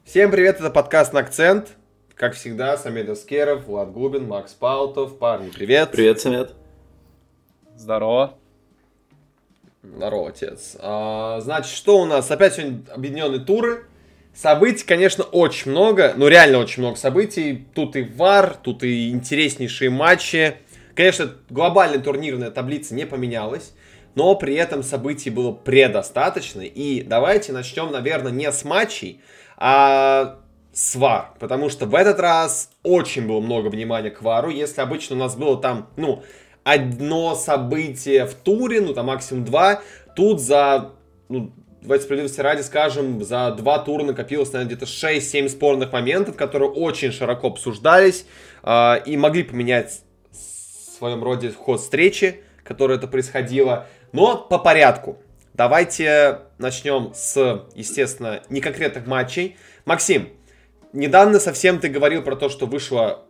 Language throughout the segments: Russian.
Всем привет, это подкаст «На акцент». Как всегда, Самед Аскеров, Влад Губин, Макс Паутов. Парни, привет. Привет, Самед. Здорово. Здорово, отец. Значит, что у нас? Опять сегодня объединенные туры. Событий, конечно, очень много. Ну, реально очень много событий. Тут и ВАР, тут и интереснейшие матчи. Конечно, глобальная турнирная таблица не поменялась. Но при этом событий было предостаточно. И давайте начнем, наверное, не с матчей, а с ВАР. Потому что в этот раз очень было много внимания к ВАРу. Если обычно у нас было там, одно событие в туре, там максимум два. Тут за, давайте справедливости ради скажем, за два тура накопилось, наверное, где-то 6-7 спорных моментов, которые очень широко обсуждались и могли поменять в своем роде ход встречи, которая это происходило. Но по порядку. Давайте начнем с, естественно, не конкретных матчей. Максим, недавно совсем ты говорил про то, что вышел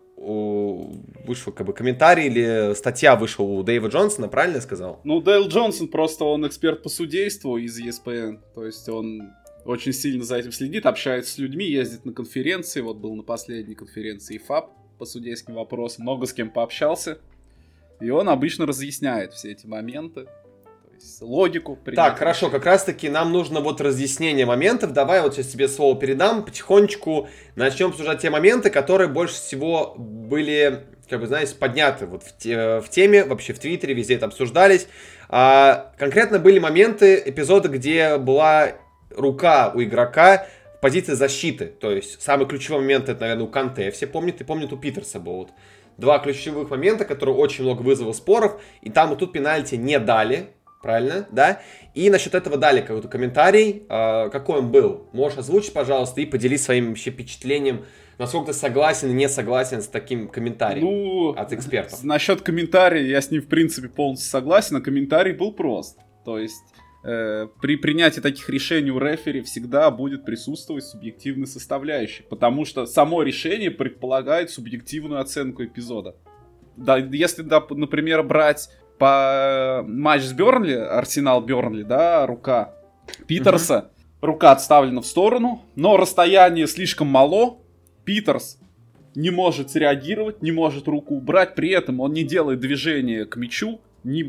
комментарий или статья вышла у Дэйва Джонсона, правильно я сказал? Дейл Джонсон просто он эксперт по судейству из ESPN. То есть он очень сильно за этим следит, общается с людьми, ездит на конференции. Вот был на последней конференции IFAB по судейским вопросам. Много с кем пообщался. И он обычно разъясняет все эти моменты. Логику. Так, хорошо, как раз таки нам нужно разъяснение моментов. Давай вот сейчас тебе слово передам, потихонечку начнем обсуждать те моменты, которые больше всего были, подняты в теме, вообще в Твиттере, везде это обсуждались. Конкретно были моменты, эпизоды, где была рука у игрока в позиции защиты. То есть самый ключевой момент это, наверное, у Канте, все помнят, и помнят у Питерса был. Два ключевых момента, которые очень много вызвало споров, и там и тут пенальти не дали. Правильно, да? И насчет этого дали какой-то комментарий. Какой он был? Можешь озвучить, пожалуйста, и поделись своим вообще впечатлением, насколько ты согласен и не согласен с таким комментарием от экспертов. Насчет комментария я с ним, в принципе, полностью согласен, а комментарий был прост. То есть, при принятии таких решений у рефери всегда будет присутствовать субъективная составляющая, потому что само решение предполагает субъективную оценку эпизода. Да, если, например, брать по матч с Бернли, Арсенал-Бернли, да, рука Питерса, рука отставлена в сторону, но расстояние слишком мало, Питерс не может среагировать, не может руку убрать, при этом он не делает движения к мячу,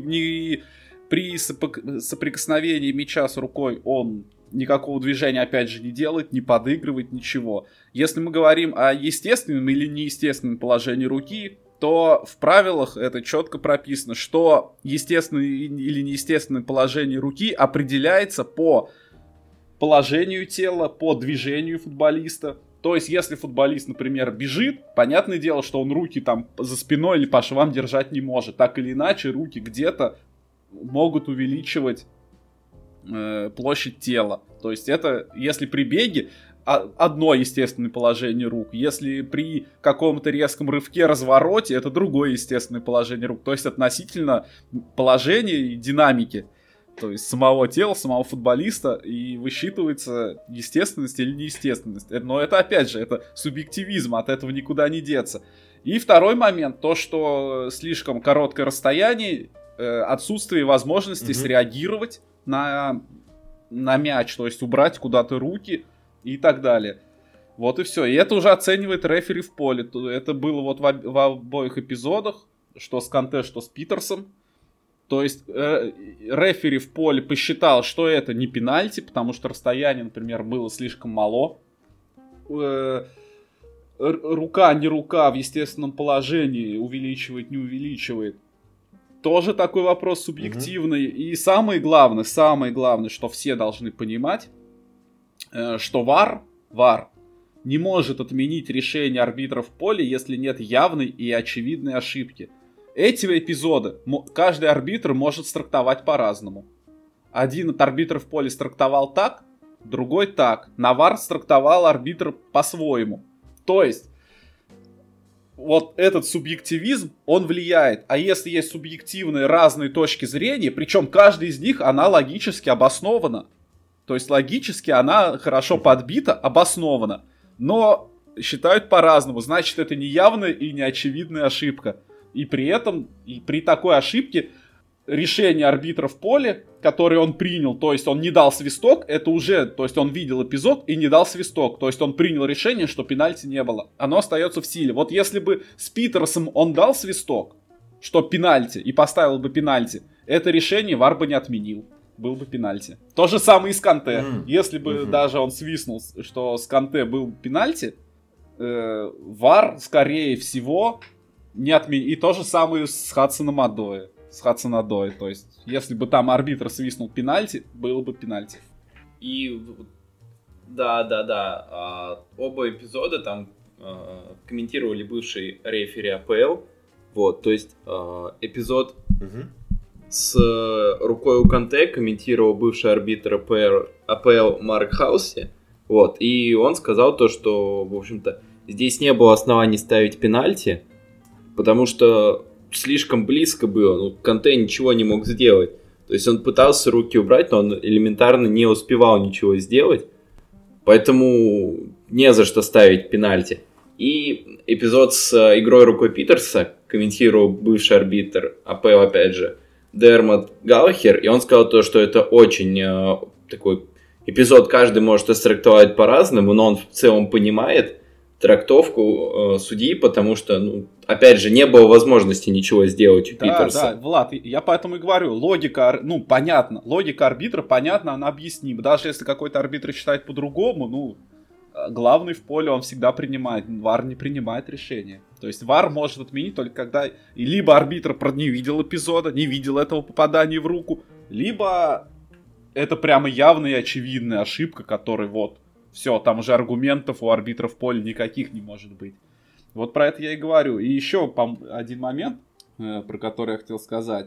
при соприкосновении мяча с рукой он никакого движения, опять же, не делает, не подыгрывает, ничего. Если мы говорим о естественном или неестественном положении руки, то в правилах это четко прописано, что естественное или неестественное положение руки определяется по положению тела, по движению футболиста. То есть, если футболист, например, бежит, понятное дело, что он руки там за спиной или по швам держать не может. Так или иначе, руки где-то могут увеличивать площадь тела. То есть, это если при беге одно естественное положение рук. Если при каком-то резком рывке, развороте, это другое естественное положение рук. То есть относительно положения и динамики. То есть самого тела, самого футболиста. И высчитывается естественность или неестественность. Но это, опять же, это субъективизм. От этого никуда не деться. И второй момент. То, что слишком короткое расстояние. Отсутствие возможности среагировать на мяч. То есть убрать куда-то руки. И так далее. Вот и все. И это уже оценивает рефери в поле. Это было в обоих эпизодах. Что с Канте, что с Питерсом. То есть рефери в поле посчитал, что это не пенальти. Потому что расстояние, например, было слишком мало. Рука, не рука в естественном положении увеличивает, не увеличивает. Тоже такой вопрос субъективный. И самое главное, что все должны понимать, что ВАР не может отменить решение арбитров в поле, если нет явной и очевидной ошибки. Эти эпизоды каждый арбитр может трактовать по-разному. Один от арбитров в поле трактовал так, другой так. На ВАР трактовал арбитр по-своему. То есть, вот этот субъективизм, он влияет. А если есть субъективные разные точки зрения, причем каждая из них, она логически обоснована. То есть логически она хорошо подбита, обоснована. Но считают по-разному. Значит, это не явная и не очевидная ошибка. И при этом, и при такой ошибке решение арбитра в поле, которое он принял, то есть он не дал свисток, это уже, то есть он видел эпизод и не дал свисток, то есть он принял решение, что пенальти не было. Оно остается в силе. Вот если бы с Питерсом он дал свисток, что пенальти, и поставил бы пенальти, это решение ВАР бы не отменил. Был бы пенальти. То же самое и с Канте. Если бы даже он свистнул, что с Канте был пенальти, ВАР, скорее всего, не отменил. И то же самое с Хадсоном-Одой. То есть, если бы там арбитр свистнул пенальти, было бы пенальти. И да. Оба эпизода там комментировали бывший рефери АПЛ. Вот, то есть эпизод с рукой у Канте комментировал бывший арбитр АПЛ Марк Хауси. Вот, и он сказал то, что, в общем-то, здесь не было оснований ставить пенальти, потому что слишком близко было, ну, Канте ничего не мог сделать. То есть он пытался руки убрать, но он элементарно не успевал ничего сделать, поэтому не за что ставить пенальти. И эпизод с игрой рукой Питерса комментировал бывший арбитр АПЛ, опять же, Дермот Галлахер, и он сказал то, что это очень такой эпизод, каждый может растрактовать по-разному, но он в целом понимает трактовку судьи, потому что, ну, опять же, не было возможности ничего сделать у Питерса. Да, Влад, я поэтому и говорю, логика, ну, понятно, логика арбитра, понятно, она объяснима. Даже если какой-то арбитр считает по-другому, ну, главный в поле он всегда принимает, ВАР не принимает решение. То есть ВАР может отменить только когда либо арбитр не видел эпизода, не видел этого попадания в руку, либо это прямо явная и очевидная ошибка, которой вот, все, там уже аргументов у арбитра в поле никаких не может быть. Вот про это я и говорю. И еще один момент, про который я хотел сказать,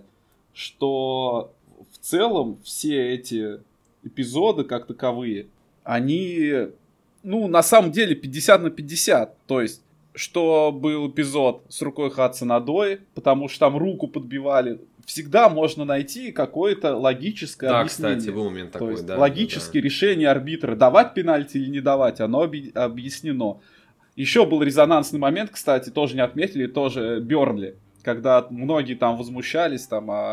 что в целом все эти эпизоды как таковые, они, ну, на самом деле 50 на 50. То есть, что был эпизод с рукой Хадсона-Одой, потому что там руку подбивали, всегда можно найти какое-то логическое объяснение. Да, кстати, был момент такой, да. Логическое решение арбитра, давать пенальти или не давать, оно объяснено. Еще был резонансный момент, кстати, тоже не отметили, тоже Бернли, когда многие там возмущались,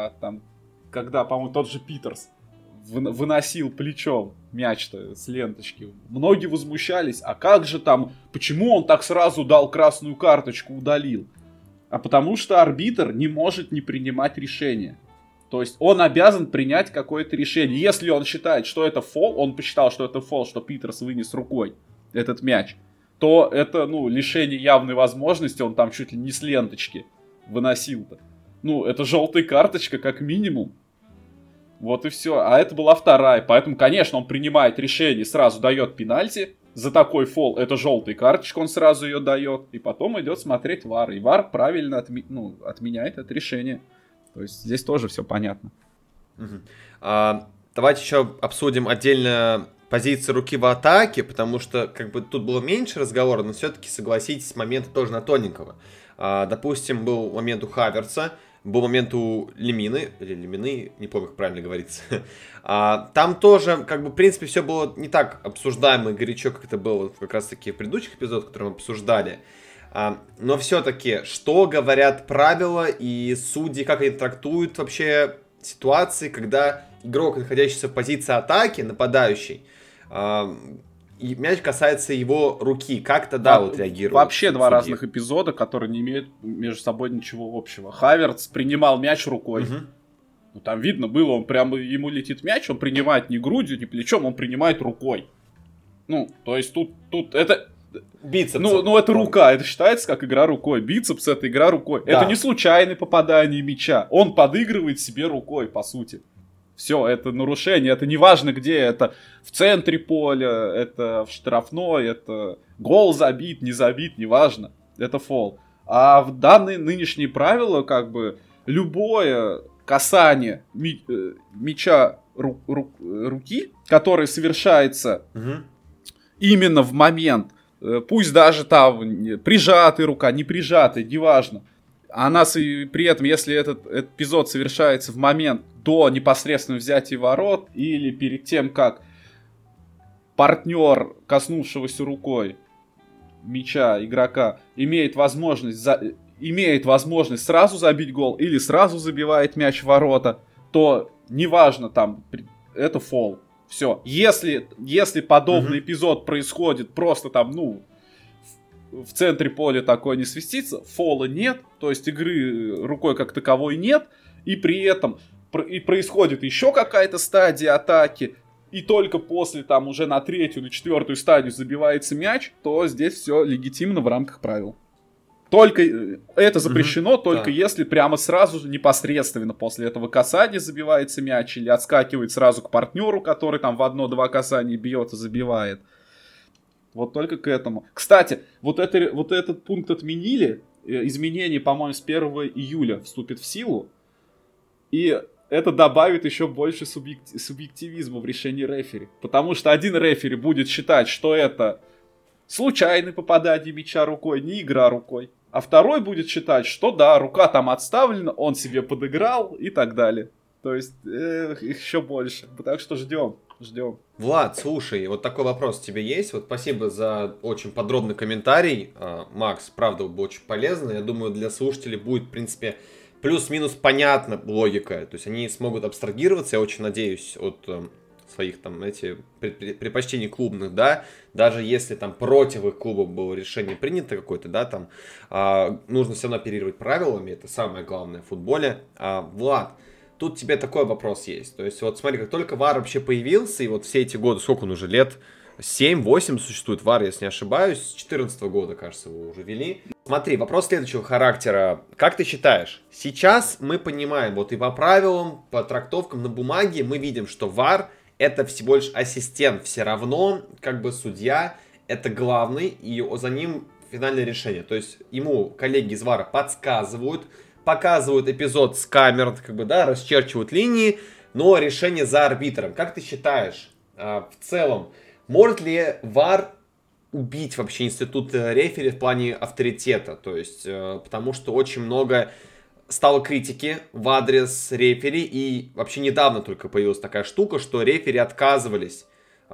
когда, по-моему, тот же Питерс выносил плечом мяч-то с ленточки. Многие возмущались, а как же там, почему он так сразу дал красную карточку, удалил? А потому что арбитр не может не принимать решение. То есть он обязан принять какое-то решение. Если он считает, что это фол, он посчитал, что это фол, что Питерс вынес рукой этот мяч, то это, ну, лишение явной возможности, он там чуть ли не с ленточки выносил-то. Ну, это желтая карточка как минимум. Вот и все. А это была вторая. Поэтому, конечно, он принимает решение, сразу дает пенальти. За такой фол это желтая карточка, он сразу ее дает. И потом идет смотреть ВАР. И ВАР правильно отменяет это решение. То есть здесь тоже все понятно. Давайте еще обсудим отдельно позиции руки в атаке, потому что как бы тут было меньше разговора, но все-таки, согласитесь, моменты тоже на тоненького. Допустим, был момент у Хаверца, был момент у Лемины, или Лемины, не помню, как правильно говорится. Там тоже, как бы, в принципе, все было не так обсуждаемо и горячо, как это было как раз-таки в предыдущих эпизодах, которые мы обсуждали. Но все-таки, что говорят правила и судьи, как они трактуют вообще ситуации, когда игрок, находящийся в позиции атаки, нападающий, и мяч касается его руки. Как тогда вот реагируют? Вообще два разных эпизода, которые не имеют между собой ничего общего. Хаверц принимал мяч рукой. Ну, там видно было, он прямо, ему летит мяч, он принимает не грудью, не плечом, он принимает рукой. Ну, то есть тут это... Бицепс. Ну, это рука, это считается как игра рукой. Бицепс — это игра рукой. Да. Это не случайное попадание мяча. Он подыгрывает себе рукой, по сути. Все, это нарушение, это не важно где, это в центре поля, это в штрафной, это гол забит, не забит, не важно, это фол. А в данные нынешние правила, как бы, любое касание мяча руки, которое совершается именно в момент, пусть даже там прижатая рука, не прижатая, неважно, она при этом, если этот эпизод совершается в момент до непосредственно взятия ворот или перед тем, как партнер, коснувшегося рукой мяча игрока, имеет возможность имеет возможность сразу забить гол или сразу забивает мяч в ворота, то неважно, там, это фол. Все. Если подобный эпизод происходит просто там, в центре поля такое не свистится, фола нет, то есть игры рукой как таковой нет, и при этом и происходит еще какая-то стадия атаки, и только после там уже на 3-ю, на 4-ю стадию забивается мяч, то здесь все легитимно в рамках правил. Только это запрещено, только если прямо сразу же непосредственно после этого касания забивается мяч или отскакивает сразу к партнеру, который там в 1-2 касания бьет и забивает. Вот только к этому. Кстати, вот этот пункт отменили. Изменение, по-моему, с 1 июля вступит в силу. И это добавит еще больше субъективизма в решении рефери. Потому что один рефери будет считать, что это случайное попадание мяча рукой, не игра рукой. А второй будет считать, что да, рука там отставлена, он себе подыграл и так далее. То есть их еще больше. Так что ждем. Влад, слушай, вот такой вопрос тебе есть. Вот спасибо за очень подробный комментарий. Макс, правда, был очень полезно. Я думаю, для слушателей будет, в принципе, плюс-минус понятна логика. То есть они смогут абстрагироваться, я очень надеюсь, от своих там, предпочтений клубных, да, даже если там против их клуба было решение принято какое-то, да, там, нужно все равно оперировать правилами, это самое главное в футболе. Влад, тут тебе такой вопрос есть, то есть вот смотри, как только ВАР вообще появился, и вот все эти годы, сколько он уже лет, 7-8 существует ВАР, если не ошибаюсь, с 2014 года, кажется, его уже вели. Смотри, вопрос следующего характера. Как ты считаешь, сейчас мы понимаем, вот и по правилам, по трактовкам на бумаге, мы видим, что ВАР это всего лишь ассистент, все равно, как бы судья, это главный, и за ним финальное решение. То есть ему коллеги из ВАРа подсказывают, показывают эпизод с камер, как бы, да, расчерчивают линии, но решение за арбитром. Как ты считаешь, в целом, может ли ВАР убить вообще институт рефери в плане авторитета? То есть, потому что очень много стало критики в адрес рефери, и вообще недавно только появилась такая штука, что рефери отказывались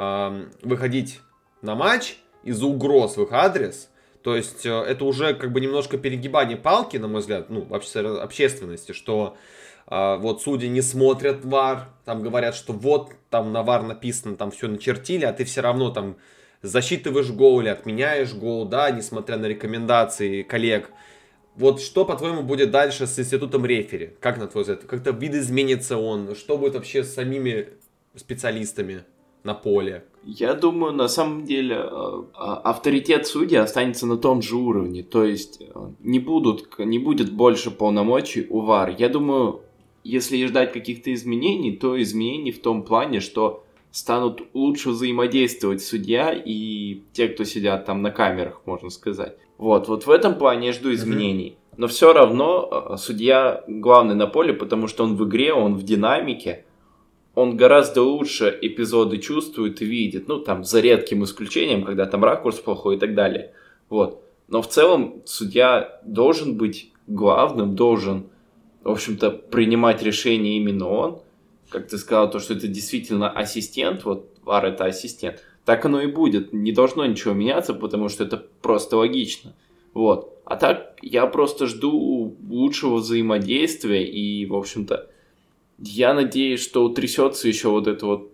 выходить на матч из-за угроз в их адрес. То есть это уже как бы немножко перегибание палки, на мой взгляд, вообще общественности, что вот судьи не смотрят ВАР, там говорят, что вот там на ВАР написано, там все начертили, а ты все равно там засчитываешь гол или отменяешь гол, да, несмотря на рекомендации коллег. Вот что, по-твоему, будет дальше с институтом рефери? Как на твой взгляд? Как-то видоизменится он? Что будет вообще с самими специалистами на поле? Я думаю, на самом деле, авторитет судьи останется на том же уровне. То есть не будет больше полномочий у ВАР. Я думаю, если ждать каких-то изменений, то изменений в том плане, что станут лучше взаимодействовать судья и те, кто сидят там на камерах, можно сказать. Вот в этом плане я жду изменений. Но все равно судья главный на поле, потому что он в игре, он в динамике. Он гораздо лучше эпизоды чувствует и видит. Там за редким исключением, когда там ракурс плохой и так далее. Вот. Но в целом судья должен быть главным, должен, в общем-то, принимать решения именно он. Как ты сказал, то, что это действительно ассистент, вот ВАР это ассистент. Так оно и будет. Не должно ничего меняться, потому что это просто логично. Вот. А так я просто жду лучшего взаимодействия. И, в общем-то, я надеюсь, что утрясется еще вот эта вот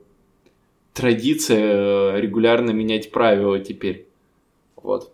традиция регулярно менять правила теперь. Вот.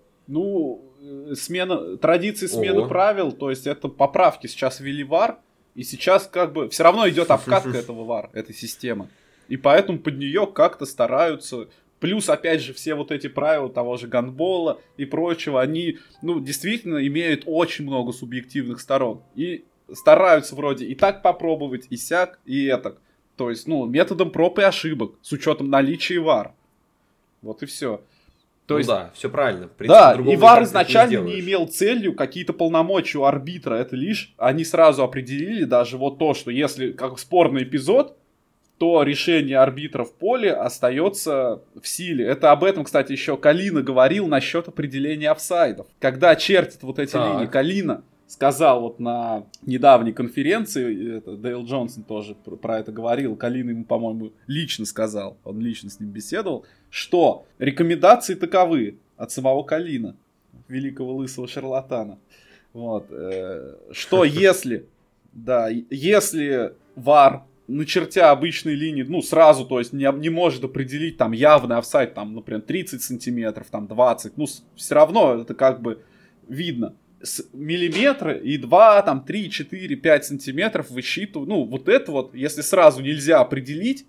Традиции смены правил, то есть это поправки сейчас ввели ВАР. И сейчас как бы все равно идет обкатка этого ВАР, этой системы. И поэтому под нее как-то стараются. Плюс, опять же, все вот эти правила того же гандбола и прочего, они, действительно имеют очень много субъективных сторон. И стараются вроде и так попробовать, и сяк, и этак. То есть, методом проб и ошибок, с учетом наличия ВАР. Вот и все. То есть, да, все правильно. Да, и ВАР изначально не имел целью какие-то полномочия у арбитра. Это лишь они сразу определили даже вот то, что если как спорный эпизод, то решение арбитра в поле остается в силе. Это об этом, кстати, еще Калина говорил насчет определения офсайдов. Когда чертит вот эти линии, Калина сказал вот на недавней конференции, Дейл Джонсон тоже про это говорил, Калина ему, по-моему, лично сказал, он лично с ним беседовал, что рекомендации таковы от самого Калина, великого лысого шарлатана. Вот. Что если VAR, начертя обычной линии, ну, сразу, то есть не может определить там явный офсайд, там, например, 30 сантиметров, там, 20, ну, все равно это как бы видно. С миллиметра и 2, там, 3, 4, 5 сантиметров высчитывают, ну, вот это вот, если сразу нельзя определить,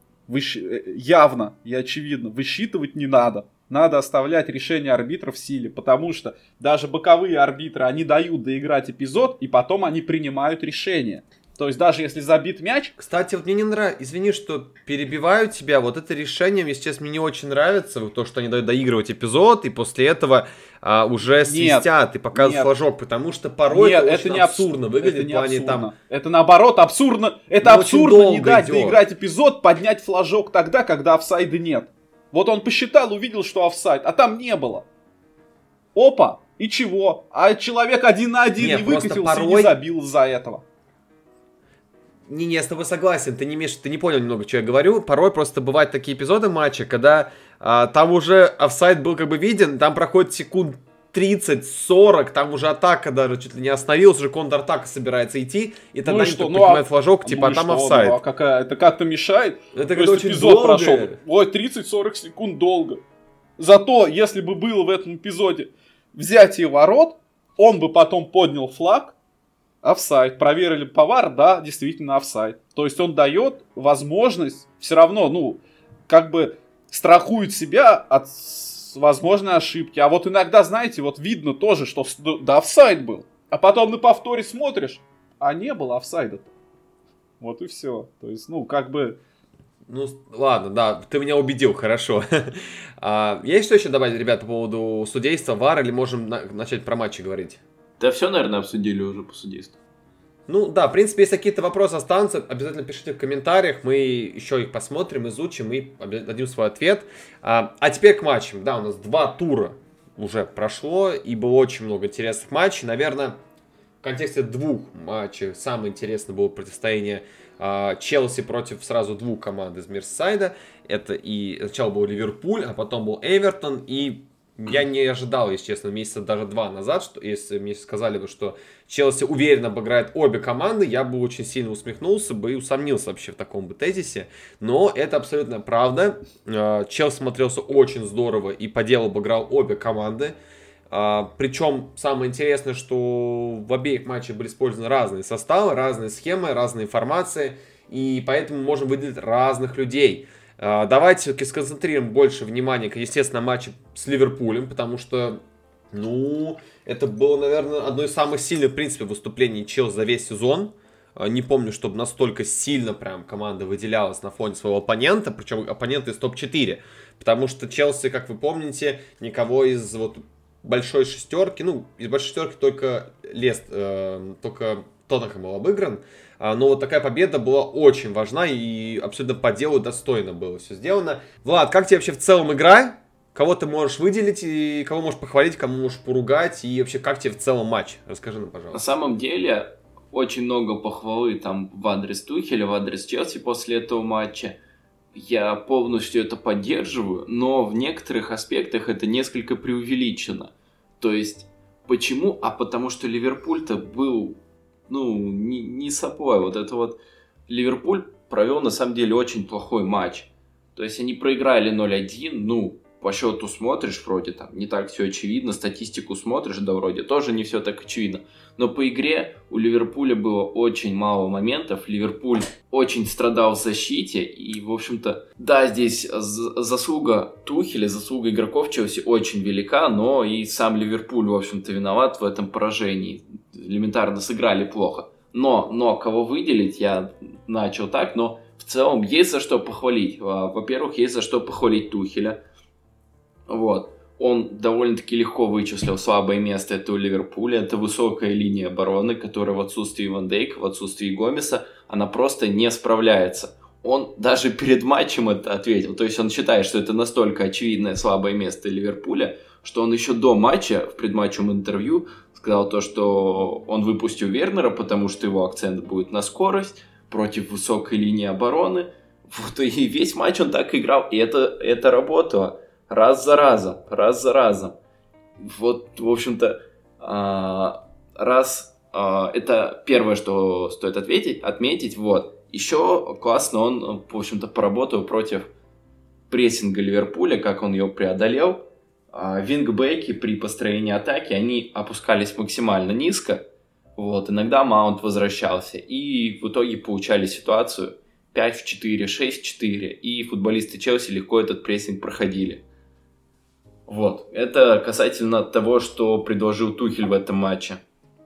явно и очевидно, высчитывать не надо. Надо оставлять решение арбитра в силе, потому что даже боковые арбитры, они дают доиграть эпизод, и потом они принимают решение. То есть даже если забит мяч... Кстати, вот мне не нравится, извини, что перебиваю тебя, вот это решение, если честно, мне не очень нравится, то, что они дают доигрывать эпизод, и после этого уже свистят и показывают флажок, потому что порой это очень абсурдно выглядит в плане там... Это наоборот абсурдно, это абсурдно не дать доиграть эпизод, поднять флажок тогда, когда офсайда нет. Вот он посчитал, увидел, что офсайд, а там не было. Опа, и чего? А человек 1 на 1 не выкатился и не забил из-за этого. Не, я с тобой согласен, ты не понял немного, что я говорю. Порой просто бывают такие эпизоды матча, когда там уже офсайд был как бы виден, там проходит секунд 30-40, там уже атака даже чуть ли не остановилась, уже контратака собирается идти, и тогда никто поднимает флажок, типа, а там офсайд. Ну, это как-то мешает? Это когда очень эпизод прошел. Ой, 30-40 секунд долго. Зато, если бы было в этом эпизоде взятие ворот, он бы потом поднял флаг, офсайд. Проверили по VAR, да, действительно офсайд. То есть он дает возможность все равно, ну, как бы страхует себя от возможной ошибки. А вот иногда, знаете, вот видно тоже, что да, офсайд был. А потом на повторе смотришь, а не было офсайда-то. Вот и все. То есть, ну, как бы... Ну, ладно, да, ты меня убедил, хорошо. Есть что еще добавить, ребят, по поводу судейства, VAR, или можем начать про матчи говорить? Да все, наверное, обсудили уже по судейству. Ну да, в принципе, если какие-то вопросы останутся, обязательно пишите в комментариях, мы еще их посмотрим, изучим и дадим свой ответ. А теперь к матчам. Да, у нас 2 тура уже прошло, и было очень много интересных матчей. Наверное, в контексте 2 матчей самое интересное было противостояние Челси против сразу 2 команд из Мерсисайда. Это и сначала был Ливерпуль, а потом был Эвертон, и я не ожидал, если честно, месяца даже 2 назад, что если мне сказали бы, что Челси уверенно обыграет обе команды, я бы очень сильно усмехнулся бы и усомнился вообще в таком бы тезисе. Но это абсолютно правда. Челси смотрелся очень здорово и по делу обыграл обе команды. Причем самое интересное, что в обеих матчах были использованы разные составы, разные схемы, разные формации, и поэтому можем выделить разных людей. Давайте все-таки сконцентрируем больше внимания, естественно, на матче с Ливерпулем, потому что, ну, это было, наверное, одно из самых сильных, в принципе, выступлений Челси за весь сезон. Не помню, чтобы настолько сильно прям команда выделялась на фоне своего оппонента, причем оппонента из топ-4, потому что Челси, как вы помните, никого из вот большой шестерки, ну, из большой шестерки только только Тоттенхэм был обыгран. Но вот такая победа была очень важна и абсолютно по делу достойно было все сделано. Влад, как тебе вообще в целом игра? Кого ты можешь выделить, и кого можешь похвалить, кому можешь поругать, и вообще как тебе в целом матч? Расскажи нам, пожалуйста. На самом деле, очень много похвалы там в адрес Тухеля, в адрес Челси после этого матча. Я полностью это поддерживаю, но в некоторых аспектах это несколько преувеличено. То есть, почему? А потому что Ливерпуль-то был... Ну, не собой. Вот это вот Ливерпуль провел на самом деле очень плохой матч. То есть они проиграли 0-1, ну, по счету смотришь, вроде там не так все очевидно, статистику смотришь, да вроде тоже не все так очевидно. Но по игре у Ливерпуля было очень мало моментов, Ливерпуль очень страдал в защите, и, в общем-то, да, здесь заслуга Тухеля, заслуга игроков Челси очень велика, но и сам Ливерпуль, в общем-то, виноват в этом поражении. Элементарно сыграли плохо. Но кого выделить, я начал так, но в целом есть за что похвалить. Во-первых, есть за что похвалить Тухеля. Вот. Он довольно-таки легко вычислил слабое место этого Ливерпуля. Это высокая линия обороны, которая в отсутствии Ван Дейка, в отсутствии Гомеса, она просто не справляется. Он даже перед матчем это ответил. То есть он считает, что это настолько очевидное слабое место Ливерпуля, что он еще до матча, в предматчевом интервью, сказал то, что он выпустил Вернера, потому что его акцент будет на скорость против высокой линии обороны. Вот, и весь матч он так играл, и это работало. Раз за разом. Вот, в общем-то, это первое, что стоит отметить, вот. Еще классно он, в общем-то, поработал против прессинга Ливерпуля, как он ее преодолел. Вингбеки при построении атаки, они опускались максимально низко. Вот, иногда Маунт возвращался. И в итоге получали ситуацию 5-4, 6-4. И футболисты Челси легко этот прессинг проходили. Вот, это касательно того, что предложил Тухель в этом матче.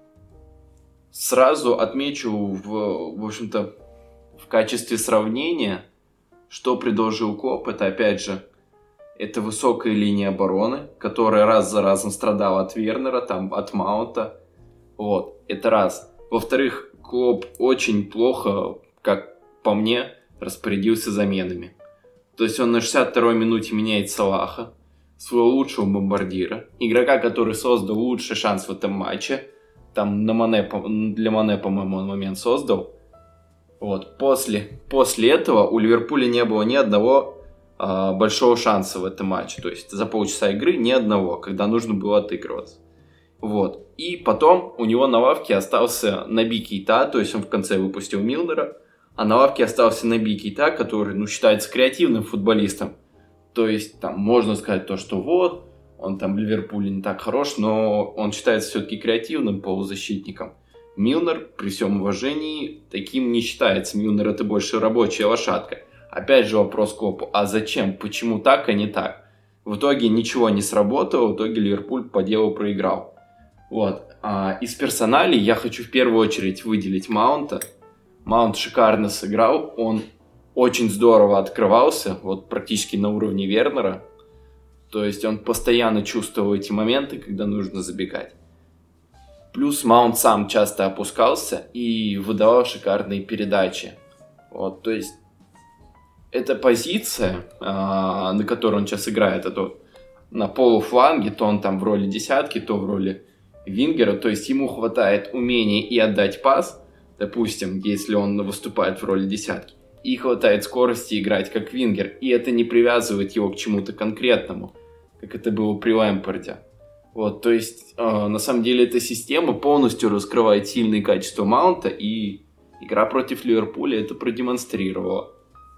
Сразу отмечу, в общем-то, в качестве сравнения, что предложил Клопп, это опять же, это высокая линия обороны, которая раз за разом страдала от Вернера, там, от Маунта. Вот, это раз. Во-вторых, Клопп очень плохо, как по мне, распорядился заменами. То есть он на 62-й минуте меняет Салаха, своего лучшего бомбардира, игрока, который создал лучший шанс в этом матче. Там для Мане, по-моему, он момент создал. Вот. После этого у Ливерпуля не было ни одного большого шанса в этом матче. То есть за полчаса игры ни одного, когда нужно было отыгрываться. Вот. И потом у него на лавке остался Наби Кейта, то есть он в конце выпустил Милнера, а на лавке остался Наби Кейта, который, считается креативным футболистом. То есть там можно сказать то, что вот, он там в Ливерпуле не так хорош, но он считается все-таки креативным полузащитником. Милнер, при всем уважении, таким не считается. Милнер это больше рабочая лошадка. Опять же вопрос Клоппу, а зачем? Почему так, а не так? В итоге ничего не сработало, в итоге Ливерпуль по делу проиграл. Вот. Из персоналей я хочу в первую очередь выделить Маунта. Маунт шикарно сыграл, он очень здорово открывался, вот практически на уровне Вернера. То есть он постоянно чувствовал эти моменты, когда нужно забегать. Плюс Маунт сам часто опускался и выдавал шикарные передачи. Вот, то есть эта позиция, на которой он сейчас играет, это на полуфланге, то он там в роли десятки, то в роли вингера. То есть ему хватает умения и отдать пас, допустим, если он выступает в роли десятки, и хватает скорости играть как вингер. И это не привязывает его к чему-то конкретному, как это было при Лэмпарде. Вот, то есть, на самом деле, эта система полностью раскрывает сильные качества Маунта, и игра против Ливерпуля это продемонстрировала.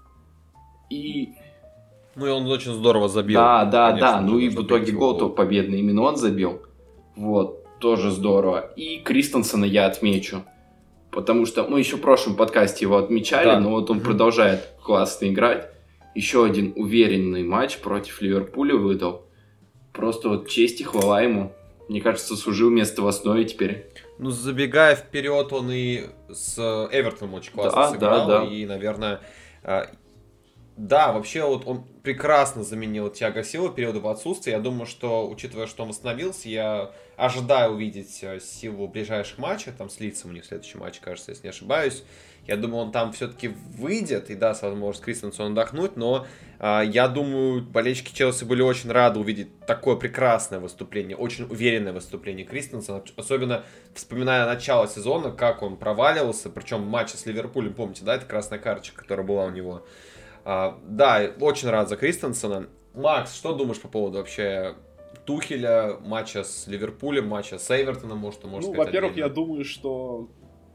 Ну и он очень здорово забил. Да. Ну и в итоге гол-то победный именно он забил. Вот, тоже здорово. И Кристенсена я отмечу. Потому что мы еще в прошлом подкасте его отмечали, да. Но вот он продолжает классно играть. Еще один уверенный матч против Ливерпуля выдал. Просто вот честь и хвала ему. Мне кажется, служил место в основе теперь. Ну, забегая вперед, он и с Эвертоном очень классно сыграл. Да. И, наверное... Да, вообще вот он прекрасно заменил Тиаго Силва в период его отсутствия. Я думаю, что, учитывая, что он восстановился, я ожидаю увидеть Силву в ближайших матчах. Там с Лидсом у них следующий матч, кажется, если не ошибаюсь. Я думаю, он там все-таки выйдет и даст возможность Кристенсену отдохнуть. Но я думаю, болельщики Челси были очень рады увидеть такое прекрасное выступление, очень уверенное выступление Кристенсена. Особенно вспоминая начало сезона, как он проваливался. Причем в матче с Ливерпулем, помните, да, это красная карточка, которая была у него. Да, очень рад за Кристенсена. Макс, что думаешь по поводу вообще Тухеля, матча с Ливерпулем, матча с Эвертоном, может сказать? Ну, во-первых, я думаю, что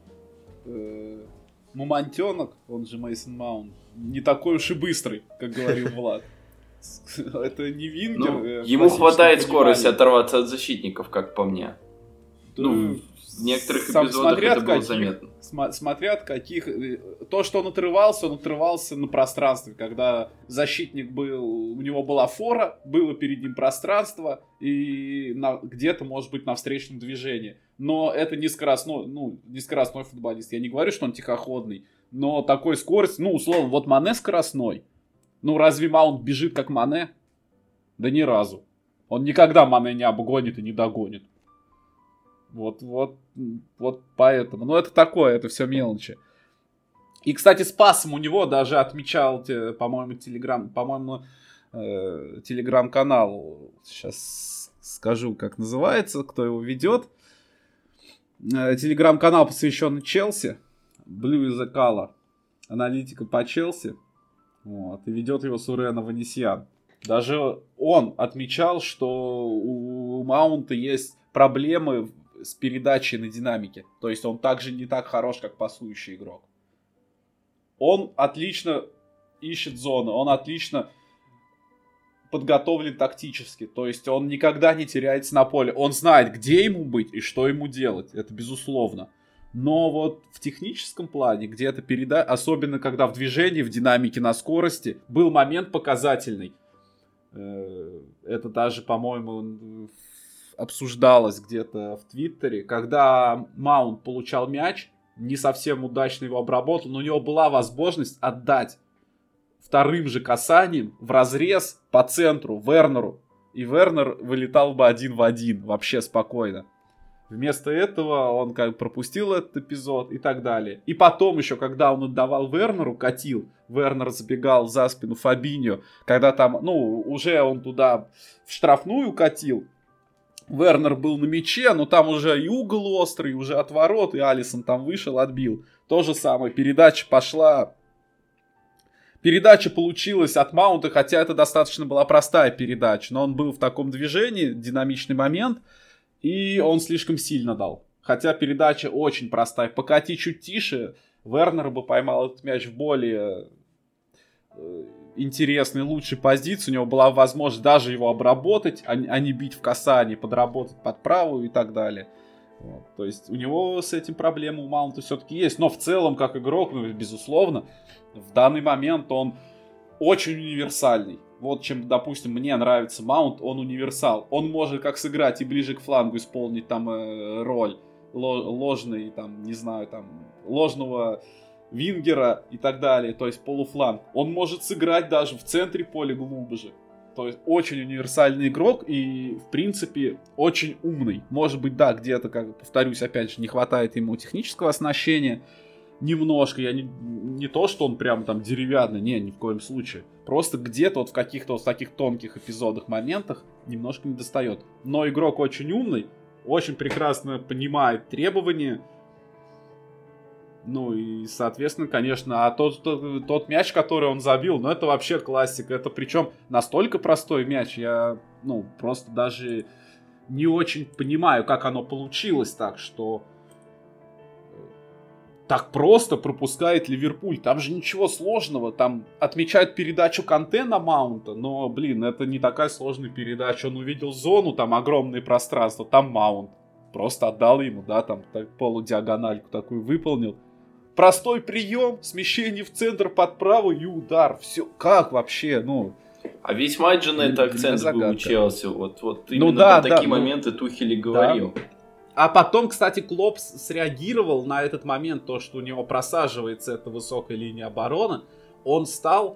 Мамонтенок, он же Мейсон Маунт, не такой уж и быстрый, как говорил Влад. Это не вингер. Ему хватает скорости оторваться от защитников, как по мне. Ну, в некоторых эпизодах это было заметно. Смотря от каких... То, что он отрывался на пространстве, когда защитник был... У него была фора, было перед ним пространство, и где-то, может быть, на встречном движении. Но это не скоростной футболист. Я не говорю, что он тихоходный, но такой скорость... Ну, условно, вот Мане скоростной. Ну, разве Маунт бежит как Мане? Да ни разу. Он никогда Мане не обгонит и не догонит. Вот поэтому. Ну, это такое, это все мелочи. И, кстати, с пасом у него даже отмечал, по-моему, телеграм-канал. Сейчас скажу, как называется, кто его ведет. Телеграм-канал, посвященный Челси. Blue is the Color. Аналитика по Челси. Вот, и ведет его Сурен Аванесян. Даже он отмечал, что у Маунта есть проблемы с передачей на динамике. То есть он также не так хорош, как пасующий игрок. Он отлично ищет зоны, он отлично подготовлен тактически. То есть он никогда не теряется на поле. Он знает, где ему быть и что ему делать. Это безусловно. Но вот в техническом плане, где-то особенно когда в движении, в динамике, на скорости, был момент показательный. Это даже, по-моему, обсуждалось где-то в Твиттере, когда Маунт получал мяч, не совсем удачно его обработал, но у него была возможность отдать вторым же касанием в разрез по центру Вернеру. И Вернер вылетал бы 1 в 1 вообще спокойно. Вместо этого он как бы пропустил этот эпизод и так далее. И потом еще, когда он отдавал Вернеру, катил, Вернер забегал за спину Фабиньо, когда там, уже он туда в штрафную катил, Вернер был на мяче, но там уже и угол острый, уже отворот, и Алисон там вышел, отбил. То же самое, передача пошла. Передача получилась от Маунта, хотя это достаточно была простая передача, но он был в таком движении, динамичный момент, и он слишком сильно дал. Хотя передача очень простая. Покати чуть тише, Вернер бы поймал этот мяч в более интересной, лучшей позиции. У него была возможность даже его обработать, а не бить в касание, подработать под правую и так далее. Вот. То есть у него с этим проблемы у Маунта все-таки есть. Но в целом, как игрок, безусловно, в данный момент он очень универсальный. Вот чем, допустим, мне нравится Маунт, он универсал. Он может как сыграть и ближе к флангу исполнить там роль ложный, там, не знаю, там, ложного вингера и так далее, то есть полуфланг. Он может сыграть даже в центре поля глубже. То есть очень универсальный игрок и, в принципе, очень умный. Может быть, да, где-то, как повторюсь, опять же, не хватает ему технического оснащения. Немножко, я не то, что он прям там деревянный, ни в коем случае. Просто где-то вот в каких-то вот таких тонких эпизодах, моментах немножко не достает. Но игрок очень умный, очень прекрасно понимает требования. Ну и, соответственно, конечно, а тот мяч, который он забил, это вообще классика. Это причем настолько простой мяч, я, просто даже не очень понимаю, как оно получилось так, что так просто пропускает Ливерпуль. Там же ничего сложного. Там отмечают передачу Канте на Маунта. Но, это не такая сложная передача. Он увидел зону, там огромное пространство. Там Маунт. Просто отдал ему, да, там полудиагональку такую выполнил. Простой прием, смещение в центр под правый и удар. Все, как вообще, А весь матч же на это акцент был у Челси. Вот именно про такие моменты Тухель и говорил. Да. А потом, кстати, Клопп среагировал на этот момент, то, что у него просаживается эта высокая линия обороны. Он стал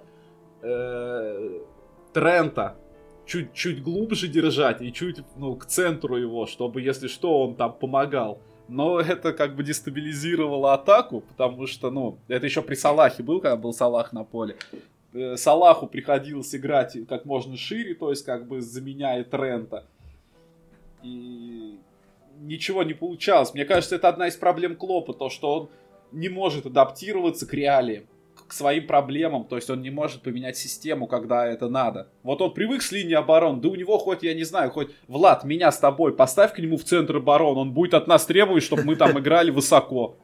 Трента чуть глубже держать и чуть к центру его, чтобы, если что, он там помогал. Но это как бы дестабилизировало атаку, потому что, это еще при Салахе был, когда был Салах на поле. Салаху приходилось играть как можно шире, то есть как бы заменяя Трента. И ничего не получалось. Мне кажется, это одна из проблем Клоппа, то, что он не может адаптироваться к реалиям, к своим проблемам, то есть он не может поменять систему, когда это надо. Вот он привык с линии обороны, да у него хоть Влад, меня с тобой поставь к нему в центр обороны, он будет от нас требовать, чтобы мы там играли высоко.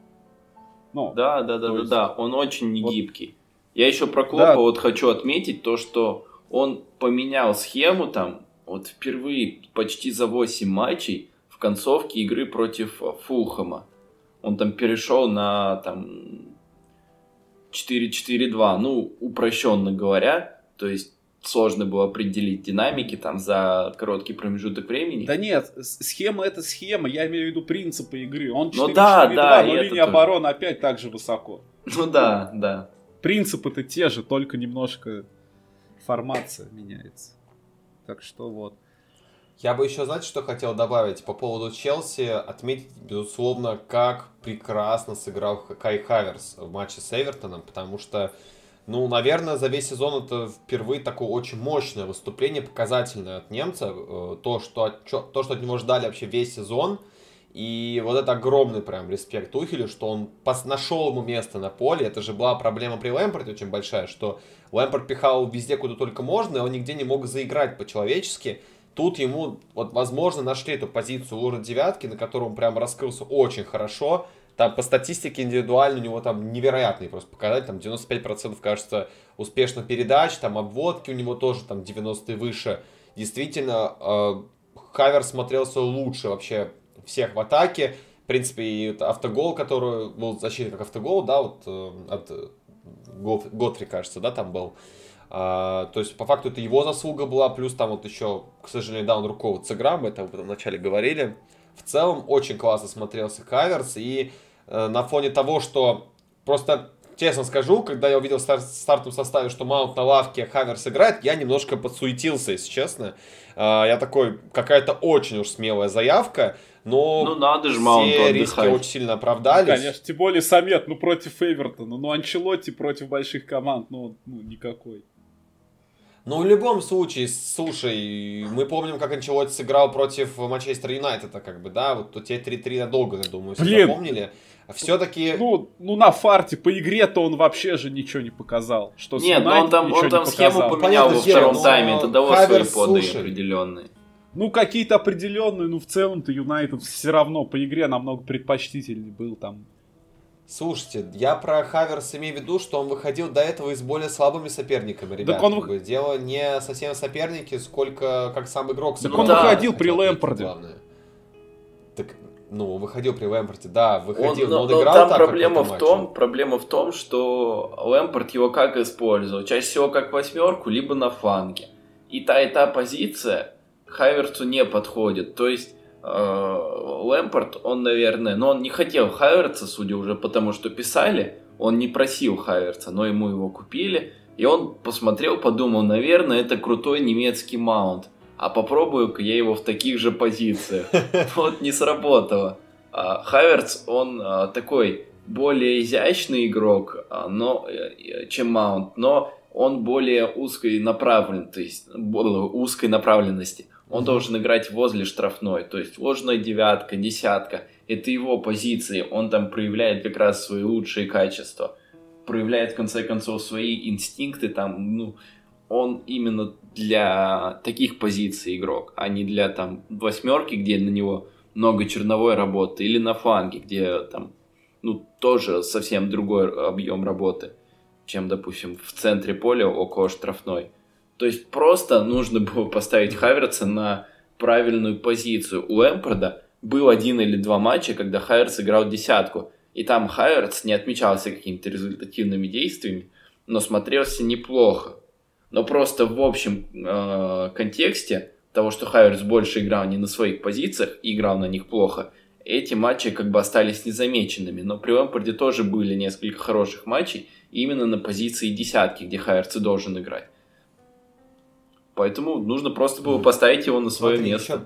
Да, он очень негибкий. Я еще про Клоппа хочу отметить то, что он поменял схему там, впервые почти за 8 матчей, в концовке игры против Фулхэма. Он там перешел на 4-4-2, упрощенно говоря, то есть сложно было определить динамики там за короткий промежуток времени. Да нет, схема это схема, я имею в виду принципы игры. Он 4-4-2, но линия обороны опять так же высоко. Да. Принципы-то те же, только немножко формация меняется. Так что вот. Я бы еще, знаете, что хотел добавить по поводу Челси? Отметить, безусловно, как прекрасно сыграл Кай Хаверс в матче с Эвертоном, потому что, наверное, за весь сезон это впервые такое очень мощное выступление, показательное от немца. То, что от него ждали вообще весь сезон. И вот это огромный прям респект Тухелю, что он нашел ему место на поле. Это же была проблема при Лэмпорте очень большая, что Лэмпорт пихал везде, куда только можно, и он нигде не мог заиграть по-человечески. Тут ему, вот, возможно, нашли эту позицию Лура девятки, на которой он прям раскрылся очень хорошо. Там по статистике индивидуально у него там невероятные просто показатели. Там 95%, кажется, успешных передач, там обводки у него тоже там 90 и выше. Действительно, Хаверс смотрелся лучше вообще всех в атаке. В принципе, и автогол, который был защита как автогол, да, вот от Готфри, кажется, да, там был. То есть, по факту, это его заслуга была, плюс там вот еще, к сожалению, да, он руководит с игрой, мы это вначале говорили. В целом, очень классно смотрелся Хаверс, и на фоне того, что просто, честно скажу, когда я увидел в стартовом составе, что Маунт на лавке, Хаверс играет, я немножко подсуетился, если честно. Я такой, какая-то очень уж смелая заявка, но ну, надо же все риски очень сильно оправдались. Ну, конечно, тем более Самет, против Эвертона, Анчелотти против больших команд, никакой. Ну, в любом случае, слушай, мы помним, как Анчелотти сыграл против Манчестер Юнайтеда, как бы, да, вот те 3-3 надолго, я думаю, все запомнили. Все-таки... На фарте, по игре-то он вообще же ничего не показал. Что нет, но он там схему поменял во втором тайме, это дало свои плоды определенные. Какие-то определенные, в целом-то Юнайтед все равно по игре намного предпочтительней был там. Слушайте, я про Хаверс имею в виду, что он выходил до этого и с более слабыми соперниками, ребята. Дело не совсем соперники, сколько как сам игрок. Так он выходил при Лэмпарде. Так, выходил при Лэмпарде, да, выходил, но он играл там так, проблема в том, что Лэмпард его как использовал? Чаще всего как восьмерку, либо на фланге. И та позиция Хаверсу не подходит. То есть Лэмпард, он, наверное, он не хотел Хаверца, судя уже потому, что писали, он не просил Хаверца, но ему его купили, и он посмотрел, подумал, наверное, это крутой немецкий маунт, а попробую-ка я его в таких же позициях. Вот не сработало. Хаверц, он такой более изящный игрок, чем маунт, но он более узкой направленности. Он должен играть возле штрафной, то есть ложная девятка, десятка. Это его позиции, он там проявляет как раз свои лучшие качества. Проявляет, в конце концов, свои инстинкты. Там, он именно для таких позиций игрок, а не для там восьмерки, где на него много черновой работы, или на фланге, где там, тоже совсем другой объем работы, чем, допустим, в центре поля около штрафной. То есть просто нужно было поставить Хаверца на правильную позицию. У Лэмпарда был 1 или 2 матча, когда Хаверц играл десятку. И там Хаверц не отмечался какими-то результативными действиями, но смотрелся неплохо. Но просто в общем контексте того, что Хаверц больше играл не на своих позициях и играл на них плохо, эти матчи как бы остались незамеченными. Но при Лэмпарде тоже были несколько хороших матчей именно на позиции десятки, где Хаверц и должен играть. Поэтому нужно просто было поставить его на свое место.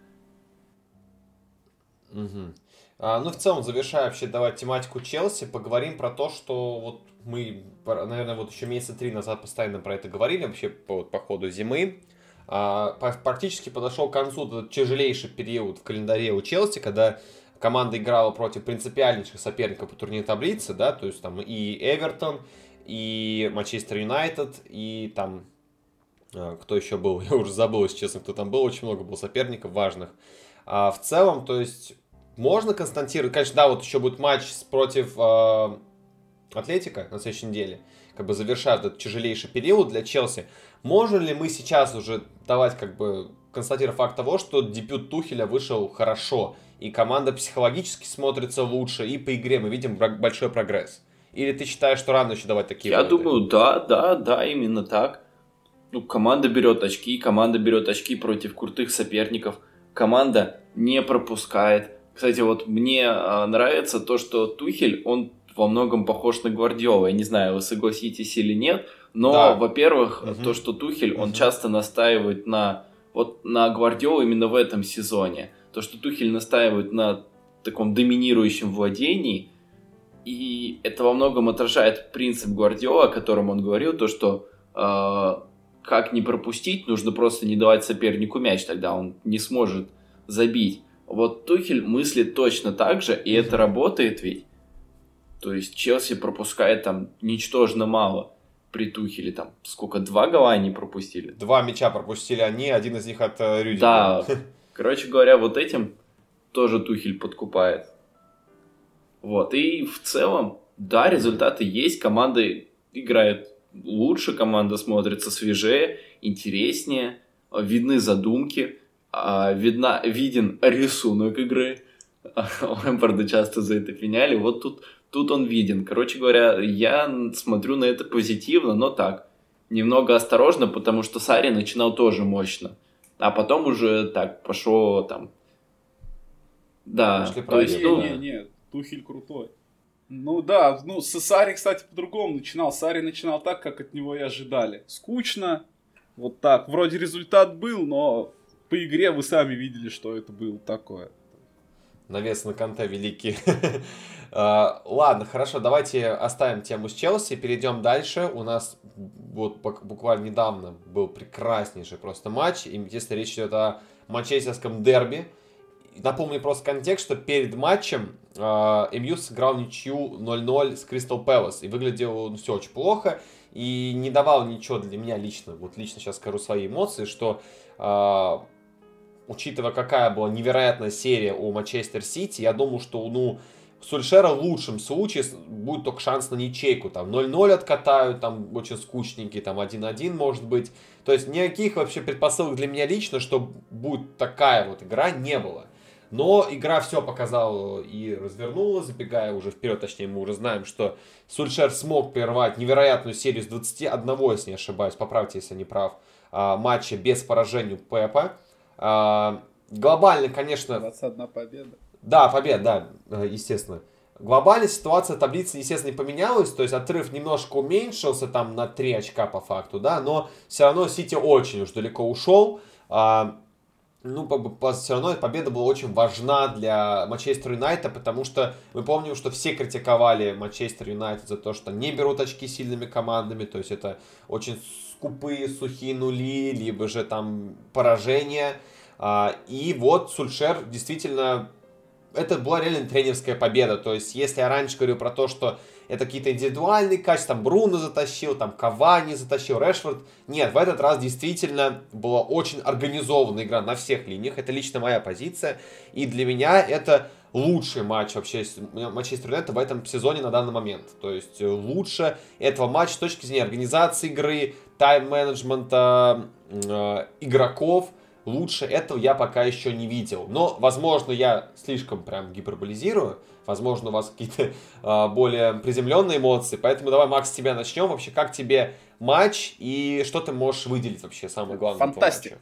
В целом, завершая вообще давай тематику Челси, поговорим про то, что вот мы, наверное, вот еще месяца 3 назад постоянно про это говорили, вообще по ходу зимы. Практически подошел к концу этот тяжелейший период в календаре у Челси, когда команда играла против принципиальнейших соперников по турнирной таблице, да, то есть там и Эвертон, и Манчестер Юнайтед, и там... Кто еще был? Я уже забыл, если честно, кто там был. Очень много было соперников важных. В целом, то есть, можно констатировать... Конечно, да, вот еще будет матч против Атлетико на следующей неделе. Как бы завершает этот тяжелейший период для Челси. Можем ли мы сейчас уже давать, как бы, констатировать факт того, что дебют Тухеля вышел хорошо, и команда психологически смотрится лучше, и по игре мы видим большой прогресс? Или ты считаешь, что рано еще давать такие выводы? Я думаю, да, именно так. Команда берет очки против крутых соперников. Команда не пропускает. Кстати, вот мне нравится то, что Тухель, он во многом похож на Гвардиолу. Я не знаю, вы согласитесь или нет, но, да. Во-первых, то, что Тухель, он часто настаивает на Гвардиолу именно в этом сезоне. То, что Тухель настаивает на таком доминирующем владении, и это во многом отражает принцип Гвардиолы, о котором он говорил, то, что как не пропустить, нужно просто не давать сопернику мяч, тогда он не сможет забить. Вот Тухель мыслит точно так же, и это работает ведь. То есть Челси пропускает там ничтожно мало. при Тухеле, там, сколько, 2 гола они пропустили? 2 мяча пропустили они, один из них от Рюдигера. Да, короче говоря, вот этим тоже Тухель подкупает. Вот, и в целом, да, результаты есть, команды играют лучше, команда смотрится свежее, интереснее, видны задумки, виден рисунок игры. Лэмпарда часто за это пеняли, вот тут он виден. Короче говоря, я смотрю на это позитивно, но так, немного осторожно, потому что Сарри начинал тоже мощно, а потом уже так пошло там. Да, то есть, не, Тухель крутой. Ну да, с Сарри, кстати, по-другому начинал. Сарри начинал так, как от него и ожидали. Скучно, вот так. Вроде результат был, но по игре вы сами видели, что это было такое. Навес на Канте великий. Ладно, хорошо, давайте оставим тему с Челси, перейдем дальше. У нас вот буквально недавно был прекраснейший просто матч. И если речь идет о манчестерском дерби, напомню просто контекст, что перед матчем МЮ сыграл ничью 0-0 с Кристал Пэлас. И выглядело все очень плохо. И не давал ничего для меня лично. Вот лично сейчас скажу свои эмоции, что учитывая, какая была невероятная серия у Манчестер Сити, я думаю, что у Сульшера в лучшем случае будет только шанс на ничейку. Там 0-0 откатают, там очень скучненький, там 1-1 может быть. То есть никаких вообще предпосылок для меня лично, что будет такая вот игра, не было. Но игра все показала и развернула, забегая уже вперед, точнее мы уже знаем, что Сульшер смог прервать невероятную серию с 21, если не ошибаюсь, поправьте, если не прав, матча без поражения у Пепа. Глобально, конечно... 21 победа. Да, победа, да, естественно. Глобально ситуация таблицы, естественно, не поменялась, то есть отрыв немножко уменьшился, там на 3 очка по факту, да, но все равно Сити очень уж далеко ушел. Все равно победа была очень важна для Манчестер Юнайтед, потому что мы помним, что все критиковали Манчестер Юнайтед за то, что не берут очки сильными командами, то есть это очень скупые, сухие нули, либо же там поражения. И вот Сульшер действительно, это была реально тренерская победа, то есть если я раньше говорил про то, что это какие-то индивидуальные качества, там Бруно затащил, там Кавани затащил, Решфорд. Нет, в этот раз действительно была очень организованная игра на всех линиях. Это лично моя позиция. И для меня это лучший матч вообще Манчестер Юнайтед в этом сезоне на данный момент. То есть лучше этого матча с точки зрения организации игры, тайм-менеджмента, игроков. Лучше этого я пока еще не видел. Но, возможно, я слишком прям гиперболизирую. Возможно, у вас какие-то более приземленные эмоции. Поэтому давай, Макс, с тебя начнем. Вообще, как тебе матч и что ты можешь выделить вообще самое главное? Фантастика.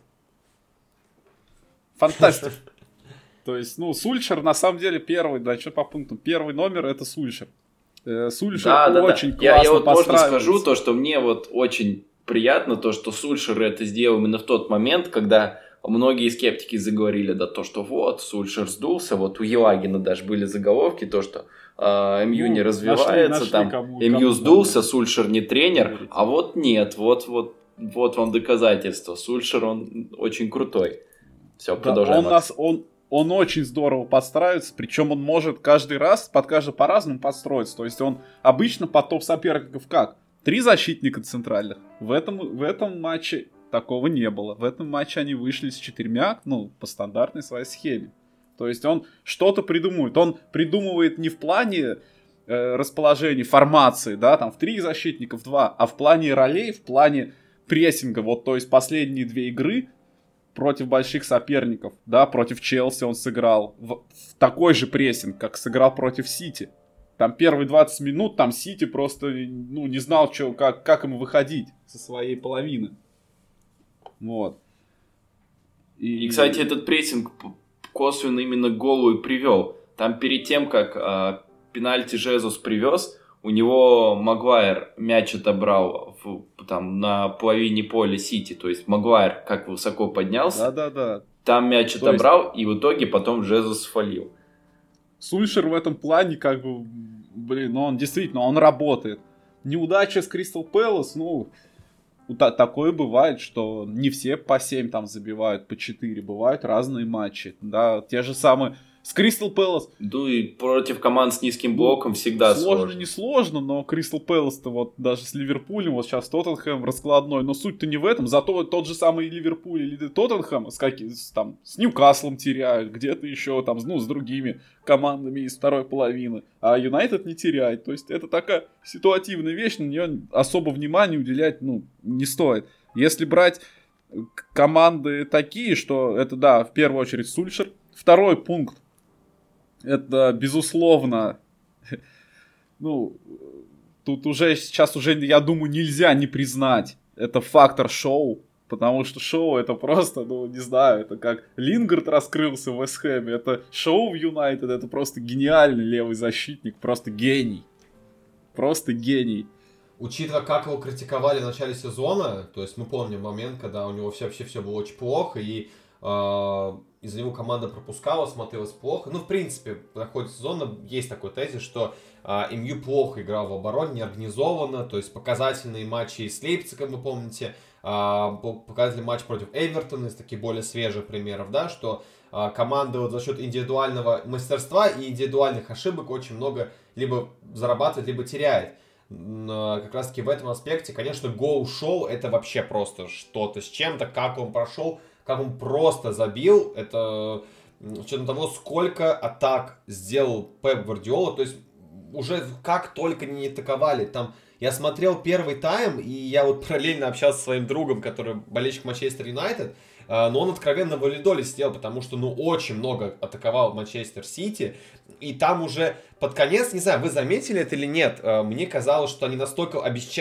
Фантастика. То есть, Сульшер на самом деле первый, да, что по пунктам. Первый номер это Сульшер. Сульшер очень классно я вот можно постраивается. скажу то, что мне вот очень приятно, то, что Сульшер это сделал именно в тот момент, когда многие скептики заговорили, да, то, что вот, Сульшер сдулся, вот у Елагина даже были заголовки, то, что МЮ не развивается, МЮ сдулся, Сульшер не тренер, а вот нет, вот вам доказательство, Сульшер, он очень крутой. Все, продолжаем. Он очень здорово подстраивается, причем он может каждый раз, под каждый по-разному подстроиться, то есть он обычно под топ-соперников как? 3 защитника центральных, в этом матче такого не было. В этом матче они вышли с 4, по стандартной своей схеме. То есть он что-то придумывает. Он придумывает не в плане расположения, формации, да, там в 3 защитника, в 2, а в плане ролей, в плане прессинга. Вот, то есть последние 2 игры против больших соперников, да, против Челси он сыграл в такой же прессинг, как сыграл против Сити. Там первые 20 минут, там Сити просто, не знал, как ему выходить со своей половины. Вот. И, кстати, этот прессинг косвенно именно к голу и привел. Там перед тем, как пенальти Жезус привез, у него Магуайр мяч отобрал на половине поля Сити. То есть Магуайр как высоко поднялся, да. Там мяч отобрал, и в итоге потом Жезус фалил. Сульшер в этом плане он действительно, он работает. Неудача с Кристал Пэлас, такое бывает, что не все по 7 там забивают, по 4, бывают разные матчи, да, те же самые С Кристал Пэлас. Ну и против команд с низким блоком всегда сложно. Не сложно, но Кристал Пэлас-то вот даже с Ливерпулем, вот сейчас Тоттенхэм раскладной, но суть-то не в этом. Зато тот же самый Ливерпуль или Тоттенхэм с Ньюкаслом теряют, где-то еще там, с другими командами из второй половины. А Юнайтед не теряет. То есть это такая ситуативная вещь, на нее особо внимания уделять, не стоит. Если брать команды такие, что это, да, в первую очередь Сульшер. Второй пункт. Это, безусловно, тут уже сейчас я думаю, нельзя не признать. Это фактор шоу, потому что шоу это просто, не знаю, это как Лингард раскрылся в Вест Хэме, это шоу в Юнайтед, это просто гениальный левый защитник, просто гений. Просто гений. Учитывая, как его критиковали в начале сезона, то есть мы помним момент, когда у него вообще все было очень плохо, и из-за него команда пропускала, смотрелась плохо. В принципе, на ходе сезона есть такой тезис, что МЮ плохо играл в обороне, неорганизованно, то есть показательные матчи с Лейпцигом, вы помните, показательный матч против Эвертона, из таких более свежих примеров, да, что команда вот за счет индивидуального мастерства и индивидуальных ошибок очень много либо зарабатывает, либо теряет. Как раз таки в этом аспекте, конечно, гоу-шоу это вообще просто что-то с чем-то, как он прошел, как он просто забил, это с учетом того, сколько атак сделал Пеп Гвардиола, то есть уже как только не атаковали, там, я смотрел первый тайм, и я вот параллельно общался со своим другом, который болельщик Манчестер Юнайтед, но он откровенно в валидоле сидел, потому что, очень много атаковал Манчестер Сити, и там уже под конец, не знаю, вы заметили это или нет, мне казалось, что они настолько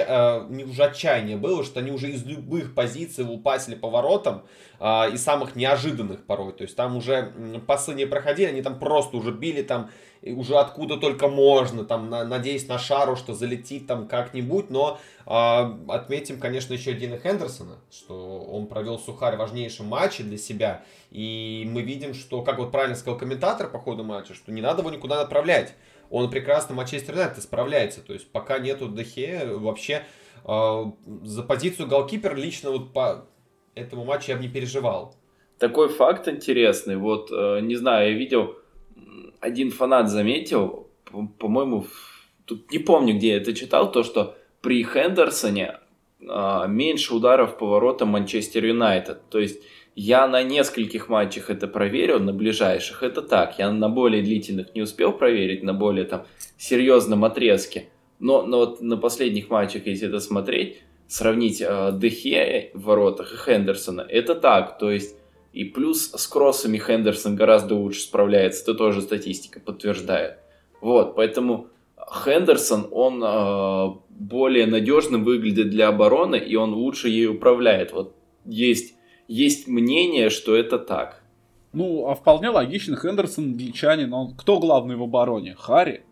уже отчаяние было, что они уже из любых позиций лупасили по воротам, и самых неожиданных порой, то есть там уже пасы не проходили, они там просто уже били там, уже откуда только можно, там, надеясь на шару, что залетит там как-нибудь, но отметим, конечно, еще Дина Хендерсона, что он провел Сухарь важнейшем матче для себя, и мы видим, что, как вот правильно сказал комментатор по ходу матча, что не надо его никуда направлять, он прекрасно в Манчестер Юнайтед справляется, то есть пока нету Де Геа, вообще за позицию голкипера лично вот по этому матчу я бы не переживал. Такой факт интересный, вот, не знаю, я видел, один фанат заметил, по-моему, тут не помню, где я это читал, то, что при Хендерсоне меньше ударов по воротам Манчестер Юнайтед. То есть я на нескольких матчах это проверил, на ближайших это так. Я на более длительных не успел проверить, на более там серьезном отрезке. Но вот на последних матчах, если это смотреть, сравнить Де Геа в воротах и Хендерсона, это так. То есть и плюс с кроссами Хендерсон гораздо лучше справляется, это тоже статистика подтверждает. Вот, поэтому Хендерсон, он более надежным выглядит для обороны, и он лучше ей управляет. Вот есть мнение, что это так. А вполне логично, Хендерсон англичанин, он кто главный в обороне? Харри.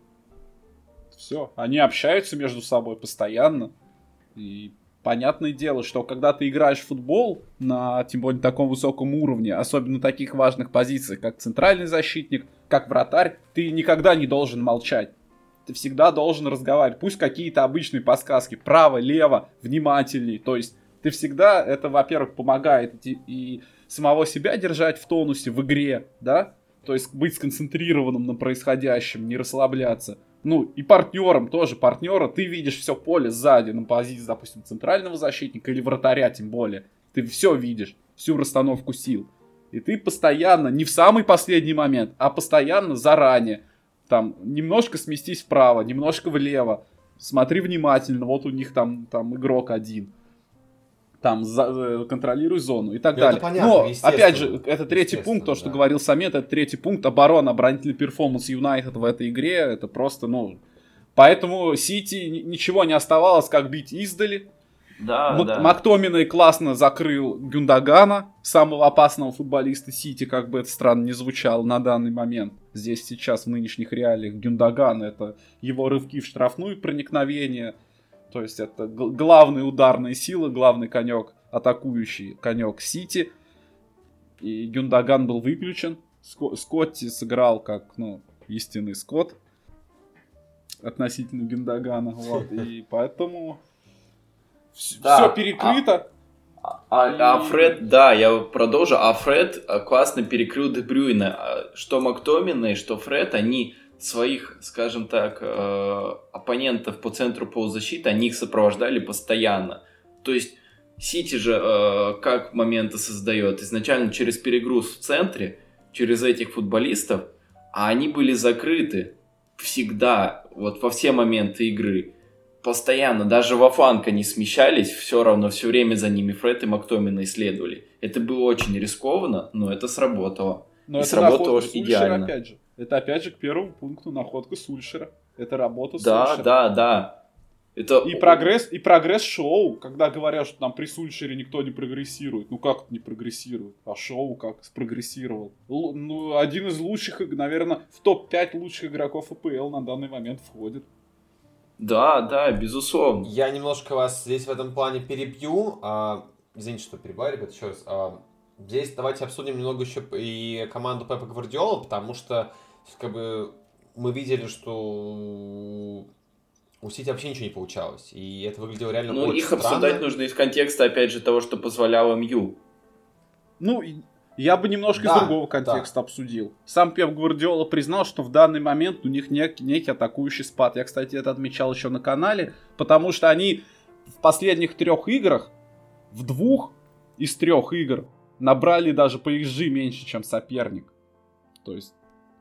Все, они общаются между собой постоянно, и понятное дело, что когда ты играешь в футбол на, тем более, таком высоком уровне, особенно на таких важных позициях, как центральный защитник, как вратарь, ты никогда не должен молчать. Ты всегда должен разговаривать. Пусть какие-то обычные подсказки, право, лево, внимательней. То есть ты всегда, это, во-первых, помогает и самого себя держать в тонусе в игре, да? То есть быть сконцентрированным на происходящем, не расслабляться. И партнерам тоже. Партнера ты видишь все поле сзади на позиции, допустим, центрального защитника или вратаря тем более. Ты все видишь, всю расстановку сил. И ты постоянно, не в самый последний момент, а постоянно заранее. Там немножко сместись вправо, немножко влево. Смотри внимательно, вот у них там игрок один. Там контролируй зону и так далее. Понятно, но, опять же, это третий пункт, то, что говорил Самет, это третий пункт, оборонительный перформанс Юнайтед в этой игре, это просто, поэтому Сити ничего не оставалось, как бить издали. Да. Мактоминой классно закрыл Гюндагана, самого опасного футболиста Сити, как бы это странно не звучало на данный момент. Здесь сейчас в нынешних реалиях Гюндаган — это его рывки в штрафную, проникновение. То есть это главная ударная сила, главный конек, атакующий конек Сити. И Гюндаган был выключен. Скотти сыграл как, истинный Скотт относительно Гюндагана. Вот. И поэтому все перекрыто. Фред, да, я продолжу. А Фред классно перекрыл Де Брюйна. Что Мактоминей, что Фред, они своих, скажем так, оппонентов по центру полузащиты, они их сопровождали постоянно. То есть Сити же как моменты создает? Изначально через перегруз в центре, через этих футболистов, а они были закрыты всегда, вот во все моменты игры. Постоянно, даже во фланг они смещались, все равно, все время за ними Фред и Мактоминей следовали. Это было очень рискованно, но это сработало. Но и это сработало Сульшера, идеально. опять же. Это опять же к первому пункту находка Сульшера. Это работа Да, Сульшера. Да. Это... И прогресс шоу, когда говорят, что там при Сульшере никто не прогрессирует. Ну как это не прогрессирует? А шоу как спрогрессировал? Ну, один из лучших, наверное, в топ-5 лучших игроков АПЛ на данный момент входит. Да, безусловно. Я немножко вас здесь в этом плане перебью. Извините, что перебиваю, ребят, еще раз. Здесь давайте обсудим немного еще и команду Пепа Гвардиола, потому что как бы мы видели, что у Сити вообще ничего не получалось. И это выглядело реально очень их странно. обсуждать нужно из контекста, опять же, того, что позволяло МЮ. Ну, я бы немножко из другого контекста обсудил. Сам Пеп Гвардиола признал, что в данный момент у них некий атакующий спад. Я, кстати, это отмечал еще на канале, потому что они в последних 3 играх, в 2 из 3 игр, набрали даже по XG меньше, чем соперник. То есть,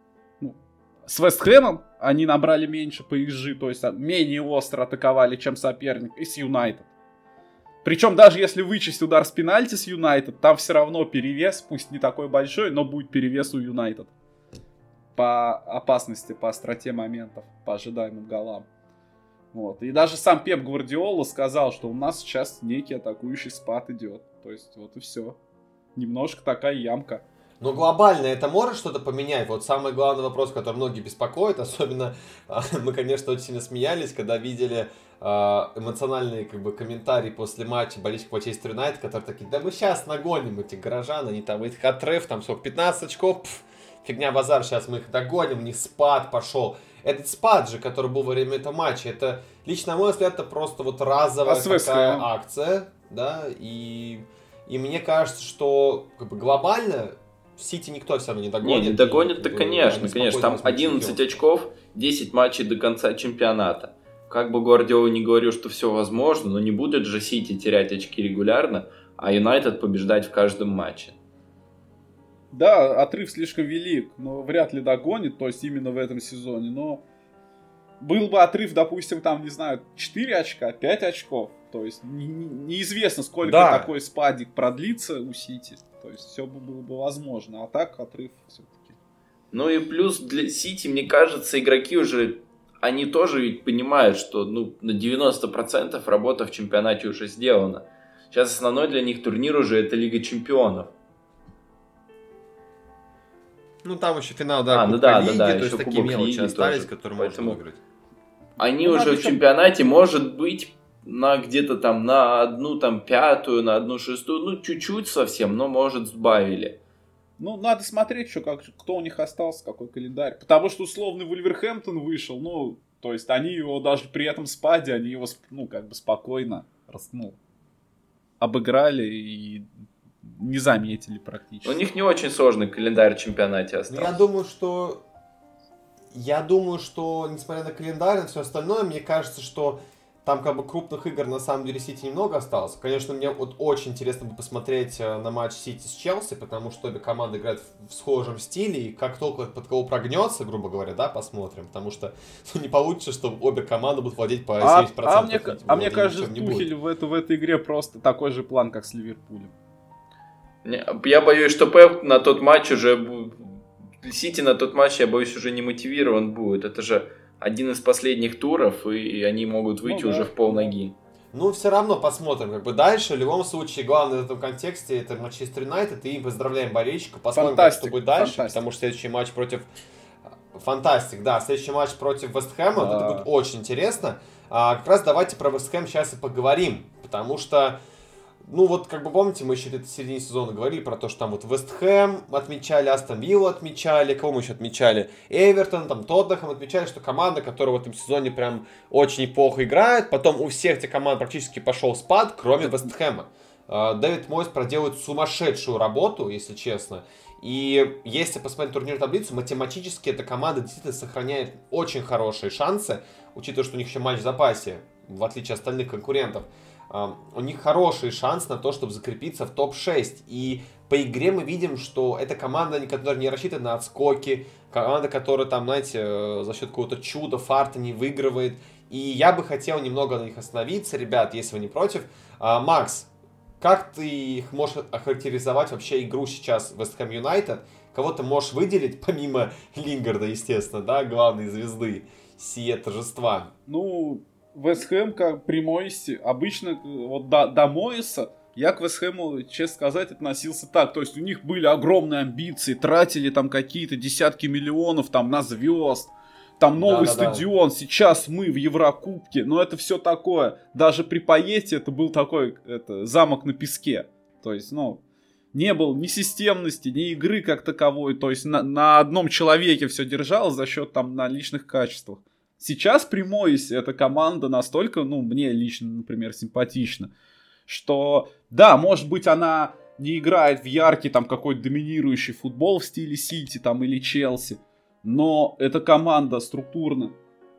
с Вест Хэмом они набрали меньше по XG, то есть менее остро атаковали, чем соперник, и с Юнайтед. Причем даже если вычесть удар с пенальти с Юнайтед, там все равно перевес, пусть не такой большой, но будет перевес у Юнайтед. По опасности, по остроте моментов, по ожидаемым голам. Вот. И даже сам Пеп Гвардиола сказал, что у нас сейчас некий атакующий спад идет. То есть вот и все. Немножко такая ямка. Но глобально это может что-то поменять? Вот самый главный вопрос, который многие беспокоит, особенно мы, конечно, очень сильно смеялись, когда видели эмоциональные комментарии после матча болельщиков Манчестер Юнайтед, которые такие: да мы сейчас нагоним этих горожан, они там этих отрыв, там сколько, 15 очков, фигня базар, сейчас мы их догоним, у них спад пошел. Этот спад же, который был во время этого матча, это, лично на мой взгляд, это просто вот разовая такая акция, да, и мне кажется, что глобально Сити никто все равно не догонит. Не догонит-то, конечно. Там 11 очков, 10 матчей до конца чемпионата. Как бы Гвардиола не говорил, что все возможно, но не будет же Сити терять очки регулярно, а Юнайтед побеждать в каждом матче. Да, отрыв слишком велик, но вряд ли догонит, то есть именно в этом сезоне. Но был бы отрыв, допустим, там, не знаю, 4 очка, 5 очков. То есть неизвестно, сколько такой спадик продлится у Сити. То есть все было бы возможно, а так отрыв все-таки. Ну и плюс для Сити, мне кажется, игроки уже, они тоже ведь понимают, что на 90% работа в чемпионате уже сделана. Сейчас основной для них турнир уже это Лига Чемпионов. Ну там еще финал, да, Лиги, то есть такие мелочи остались, которые можно выиграть. Они уже в чемпионате, может быть, на где-то там на 1/5, на 1/6, чуть-чуть совсем, но может сбавили. Ну, надо смотреть еще, кто у них остался, какой календарь. Потому что условный Вулверхэмптон вышел, то есть они его даже при этом спаде, они его, спокойно обыграли и не заметили практически. У них не очень сложный календарь в чемпионате остался. Я думаю, что несмотря на календарь и все остальное, мне кажется, что там крупных игр на самом деле Сити немного осталось. Конечно, мне вот очень интересно бы посмотреть на матч Сити с Челси, потому что обе команды играют в схожем стиле, и как только под кого прогнется, грубо говоря, да, посмотрим, потому что не получится, что обе команды будут владеть по 70%. Мне кажется, Тухель в этой игре просто такой же план, как с Ливерпулем. Я боюсь, что Пеп на тот матч уже... Сити на тот матч, я боюсь, уже не мотивирован будет. Это же один из последних туров, и они могут выйти уже в полноги. Ну, все равно посмотрим. Дальше, в любом случае, главное в этом контексте это Манчестер Юнайтед, и поздравляем болельщиков. Посмотрим, что будет дальше, потому что следующий матч против... следующий матч против Вест Хэма, это будет очень интересно. Как раз давайте про Вест Хэм сейчас и поговорим, потому что помните, мы еще где-то в середине сезона говорили про то, что там вот Вест Хэм отмечали, Астон Виллу отмечали, кого мы еще отмечали? Эвертон, там Тоттенхэм отмечали, что команда, которая в этом сезоне прям очень неплохо играет, потом у всех этих команд практически пошел спад, кроме Вест Хэма. Дэвид Мойс проделает сумасшедшую работу, если честно. И если посмотреть турнирную таблицу, математически эта команда действительно сохраняет очень хорошие шансы, учитывая, что у них еще матч в запасе, в отличие от остальных конкурентов. У них хороший шанс на то, чтобы закрепиться в топ-6. И по игре мы видим, что эта команда, которая не рассчитана на отскоки, команда, которая там, знаете, за счет какого-то чуда, фарта не выигрывает. И я бы хотел немного на них остановиться, ребят, если вы не против. Макс, как ты их можешь охарактеризовать вообще игру сейчас Вест Хэм Юнайтед? Кого ты можешь выделить, помимо Лингарда, естественно, да, главной звезды сие торжества? Ну, Вест Хэм как при Моисе, обычно вот до Моиса я к Вест Хэму, честно сказать, относился так. То есть у них были огромные амбиции, тратили там какие-то десятки миллионов там на звезд, там новый стадион, сейчас мы в Еврокубке, но это все такое. Даже при Паете это был такой замок на песке. То есть, не было ни системности, ни игры как таковой. То есть на одном человеке все держалось за счет там на личных качествах. Сейчас при Моисе эта команда настолько, мне лично, например, симпатична, что, да, может быть, она не играет в яркий там какой-то доминирующий футбол в стиле Сити там или Челси, но эта команда структурно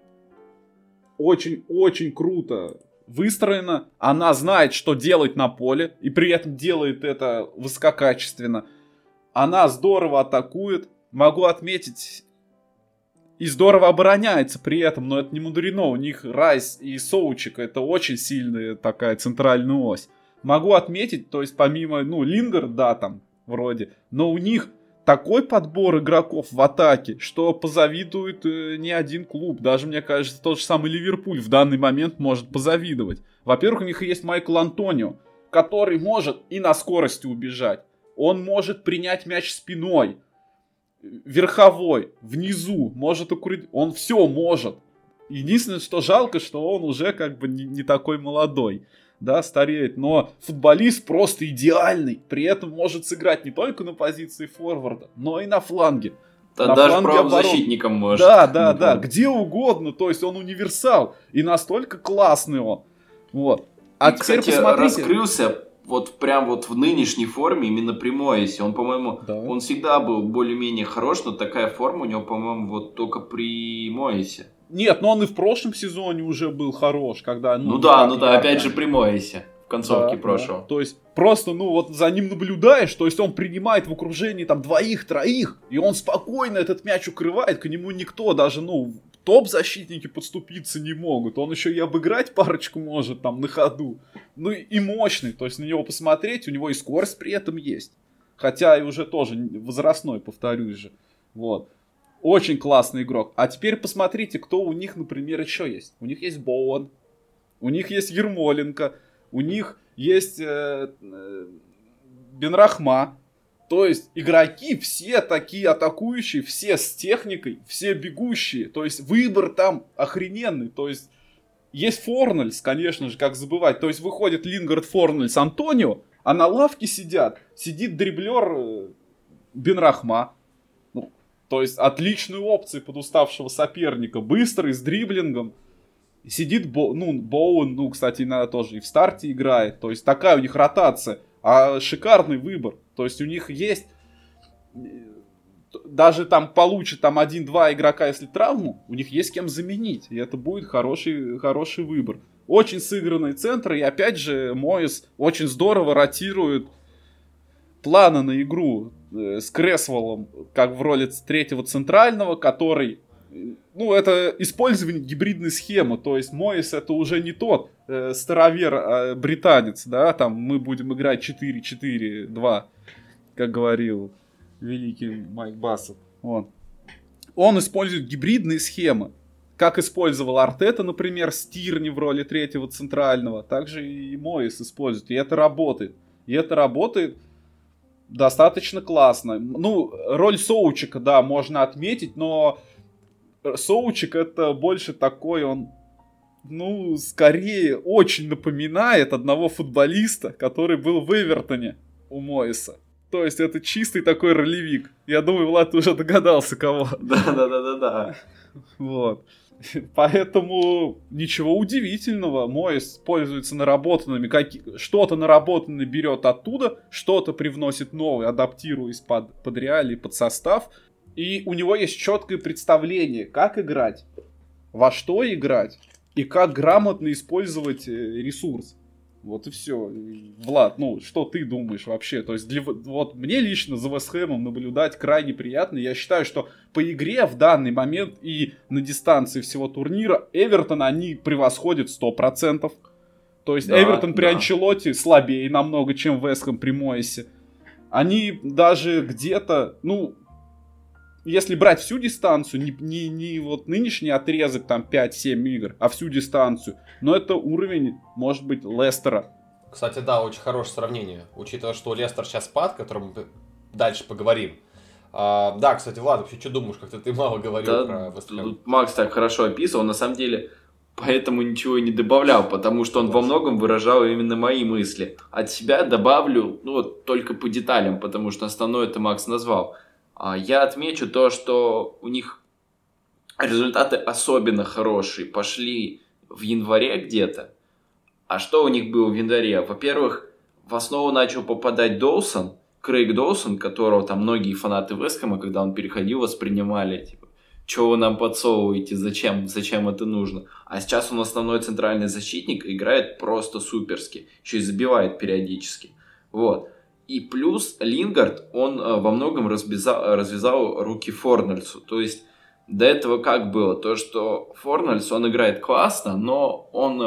очень-очень круто выстроена, она знает, что делать на поле, и при этом делает это высококачественно. Она здорово атакует, могу отметить, и здорово обороняется при этом, но это не мудрено. У них Райс и Соучик, это очень сильная такая центральная ось. Могу отметить, то есть помимо, Лингард, да, там, вроде, но у них такой подбор игроков в атаке, что позавидует не один клуб. Даже, мне кажется, тот же самый Ливерпуль в данный момент может позавидовать. Во-первых, у них есть Майкл Антонио, который может и на скорости убежать. Он может принять мяч спиной, верховой, внизу, может укрыть. Он все может. Единственное, что жалко, что он уже как бы не такой молодой. Да, стареет, но футболист просто идеальный. При этом может сыграть не только на позиции форварда, но и на фланге. Да, на даже правозащитником может. Да, где угодно. То есть он универсал. И настолько классный он. Вот. А и, теперь кстати, посмотрите. Раскрылся вот прям вот в нынешней форме именно при Моисе. Он, по-моему, он всегда был более-менее хорош, но такая форма у него, по-моему, вот только при Моисе. Нет, но он и в прошлом сезоне уже был хорош, когда... да, опять же при Моисе, в концовке прошлого. Да. То есть, просто, вот за ним наблюдаешь, то есть он принимает в окружении там двоих-троих, и он спокойно этот мяч укрывает, к нему никто, даже, топ-защитники подступиться не могут. Он еще и обыграть парочку может там на ходу. И мощный, то есть на него посмотреть, у него и скорость при этом есть. Хотя и уже тоже возрастной, повторюсь же. Вот. Очень классный игрок. А теперь посмотрите, кто у них, например, еще есть. У них есть Боуэн, у них есть Ермоленко, у них есть Бенрахма. То есть игроки все такие атакующие, все с техникой, все бегущие. То есть выбор там охрененный. То есть Форнальс, конечно же, как забывать. То есть выходит Лингард, Форнальс, Антонио, а на лавке сидит дриблер Бенрахма. То есть отличные опции под уставшего соперника. Быстрый, с дриблингом. Сидит Боуэн, кстати, тоже и в старте играет. То есть такая у них ротация. А шикарный выбор. То есть у них есть... Даже там получит там 1-2 игрока, если травму, у них есть кем заменить. И это будет хороший выбор. Очень сыгранный центр. И опять же, Моис очень здорово ротирует планы на игру с Кресвеллом, как в роли третьего центрального, который... это использование гибридной схемы. То есть Моис это уже не тот старовер британец, да, там мы будем играть 4-4-2, как говорил великий Майк Бассет. Он использует гибридные схемы. Как использовал Артета, например, Стирни в роли третьего центрального, также и Моис использует. И это работает. Достаточно классно. Роль Соучика, да, можно отметить, но Соучик это больше такой, он, скорее очень напоминает одного футболиста, который был в Эвертоне у Моиса. То есть это чистый такой ролевик. Я думаю, Влад, ты уже догадался, кого. Да. Вот. Поэтому ничего удивительного. Мойс пользуется наработанными, что-то наработанное берет оттуда, что-то привносит новое, адаптируясь под реалии, под состав. И у него есть четкое представление, как играть, во что играть и как грамотно использовать ресурс. Вот и все. Влад, что ты думаешь вообще? То есть, вот мне лично за Вест Хэмом наблюдать крайне приятно. Я считаю, что по игре в данный момент и на дистанции всего турнира Эвертон они превосходят 100%. То есть, Эвертон при Анчелотти слабее намного, чем Вест Хэм при Мойсе. Они даже где-то, если брать всю дистанцию, не вот нынешний отрезок, там 5-7 игр, а всю дистанцию, но это уровень, может быть, Лестера. Кстати, да, очень хорошее сравнение, учитывая, что Лестер сейчас спад, о котором мы дальше поговорим. Да, кстати, Влад, вообще, что думаешь, как-то ты мало говорил про Вест Хэм. Макс так хорошо описывал, на самом деле, поэтому ничего и не добавлял, потому что он во многом выражал именно мои мысли. От себя добавлю, только по деталям, потому что основное это Макс назвал. Я отмечу то, что у них результаты особенно хорошие пошли в январе где-то. А что у них было в январе? Во-первых, в основу начал попадать Крейг Доусон, которого там многие фанаты Вест Хэма, когда он переходил, воспринимали, типа, что вы нам подсовываете, зачем это нужно? А сейчас он основной центральный защитник, играет просто суперски, еще и забивает периодически. Вот. И плюс Лингард, он во многом развязал руки Форнальсу. То есть до этого как было? То, что Форнальс, он играет классно, но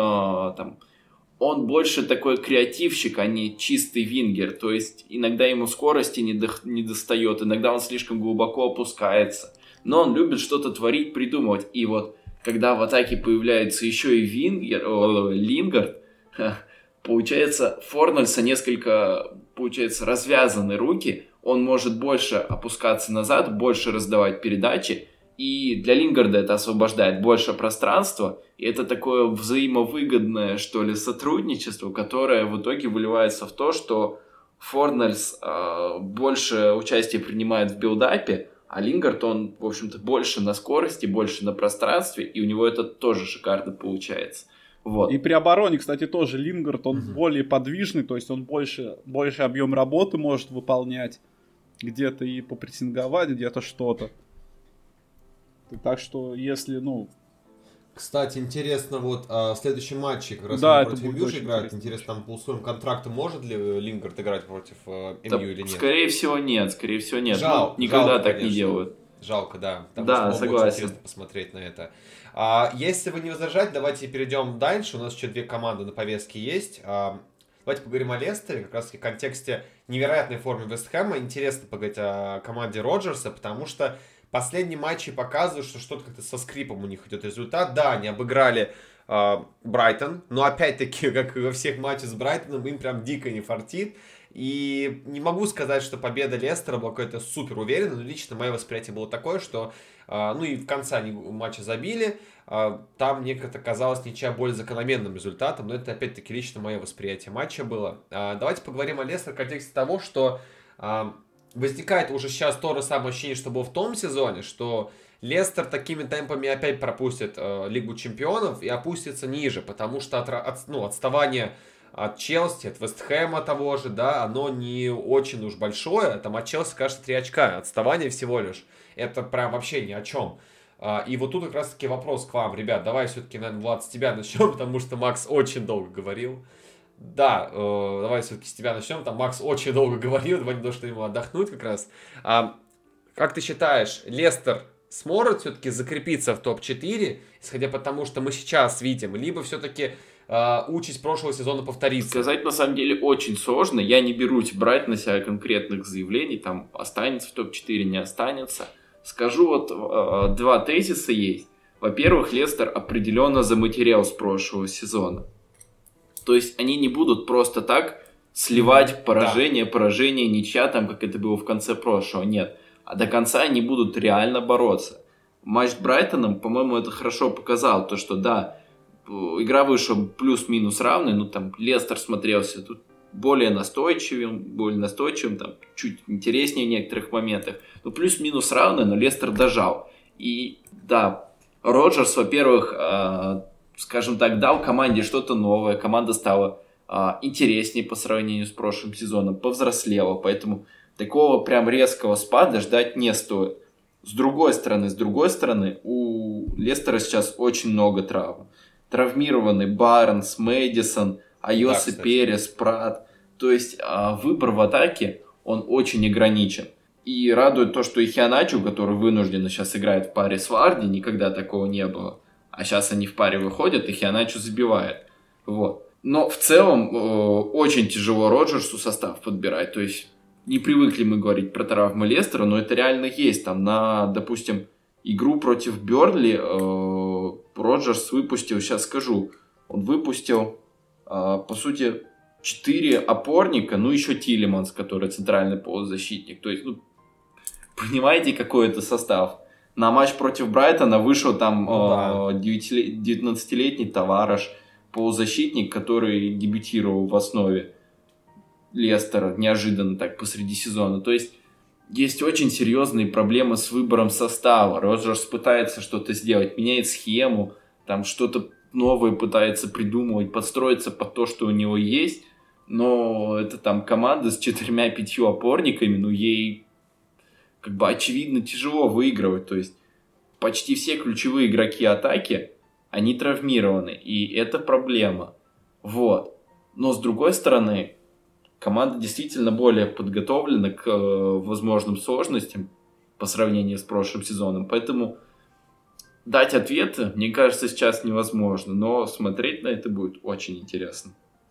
он больше такой креативщик, а не чистый вингер. То есть иногда ему скорости не достает, иногда он слишком глубоко опускается. Но он любит что-то творить, придумывать. И вот когда в атаке появляется еще и Лингард, получается, Форнальса развязаны руки, он может больше опускаться назад, больше раздавать передачи, и для Лингарда это освобождает больше пространства, и это такое взаимовыгодное, что ли, сотрудничество, которое в итоге выливается в то, что Форнальс больше участия принимает в билдапе, а Лингард, он, в общем-то, больше на скорости, больше на пространстве, и у него это тоже шикарно получается. Вот. И при обороне, кстати, тоже Лингард, он более подвижный, то есть он больше объем работы может выполнять, где-то и попрессинговать, где-то что-то. Так что, если, Кстати, интересно, вот в следующем матче, как раз против МЮ играют, интересно, там по условиям контракта может ли Лингард играть против МЮ или нет? Скорее всего нет. Никогда так не делают. Жалко, да. Да, согласен. Очень интересно посмотреть на это. Если вы не возражаете, давайте перейдем дальше. У нас еще 2 команды на повестке есть. Давайте поговорим о Лестере, как раз в контексте невероятной формы Вест Хэма. Интересно поговорить о команде Роджерса, потому что последние матчи показывают, что что-то как-то со скрипом у них идет результат. Да, они обыграли Брайтон, но опять-таки, как и во всех матчах с Брайтоном, им прям дико не фартит. И не могу сказать, что победа Лестера была какой-то супер уверенной, но лично мое восприятие было такое, что и в конце они матча забили, там мне как-то казалось ничья более закономерным результатом, но это опять-таки лично мое восприятие матча было. Давайте поговорим о Лестере в контексте того, что возникает уже сейчас то же самое ощущение, что было в том сезоне, что Лестер такими темпами опять пропустит Лигу Чемпионов и опустится ниже, потому что отставание от Челси, от Вест Хэма того же, да, оно не очень уж большое, там от Челси, кажется, 3 очка, отставание всего лишь, это прям вообще ни о чем. И вот тут как раз таки вопрос к вам, ребят, давай все-таки, наверное, Влад, с тебя начнем, потому что Макс очень долго говорил. Да, давай все-таки с тебя начнем, там Макс очень долго говорил, давай немножко ему отдохнуть как раз. Как ты считаешь, Лестер сможет все-таки закрепиться в топ-4, исходя потому, что мы сейчас видим, либо все-таки участь прошлого сезона повторится? Сказать на самом деле очень сложно. Я не берусь брать на себя конкретных заявлений, там останется в топ-4, не останется. Скажу, вот 2 тезиса есть. Во-первых, Лестер определенно заматерял с прошлого сезона. То есть они не будут просто так сливать поражение, ничья, там, как это было в конце прошлого. Нет. А до конца они будут реально бороться. Матч с Брайтоном, по-моему, это хорошо показал. То, что да, игра вышла плюс-минус равной, там Лестер смотрелся тут более настойчивым, там чуть интереснее в некоторых моментах. Плюс-минус равной, но Лестер дожал. И да, Роджерс, во-первых, скажем так, дал команде что-то новое, команда стала интереснее по сравнению с прошлым сезоном, повзрослела, поэтому такого прям резкого спада ждать не стоит. С другой стороны, у Лестера сейчас очень много травм. Травмированы Барнс, Мэдисон, Айоса, Перес, Прат. То есть выбор в атаке, он очень ограничен. И радует то, что и Хианачу, который вынужденно сейчас играет в паре с Варди, никогда такого не было. А сейчас они в паре выходят, и Хианачу забивает. Вот. Но в целом очень тяжело Роджерсу состав подбирать. То есть не привыкли мы говорить про травмы Лестера, но это реально есть. Там на, допустим, игру против Бёрнли Роджерс выпустил, сейчас скажу, он выпустил, по сути, 4 опорника, ну еще Тилеманс, который центральный полузащитник. То есть, ну, понимаете, какой это состав? На матч против Брайтона вышел там 19-летний Тавареш, полузащитник, который дебютировал в основе Лестера неожиданно так посреди сезона. То есть есть очень серьезные проблемы с выбором состава. Роджерс пытается что-то сделать, меняет схему, там что-то новое пытается придумывать, подстроиться под то, что у него есть. Но это там команда с 4-5 опорниками, ну ей как бы очевидно тяжело выигрывать. То есть почти все ключевые игроки атаки, они травмированы, и это проблема. Вот. Но с другой стороны, команда действительно более подготовлена к возможным сложностям по сравнению с прошлым сезоном. Поэтому дать ответы, мне кажется, сейчас невозможно. Но смотреть на это будет очень интересно.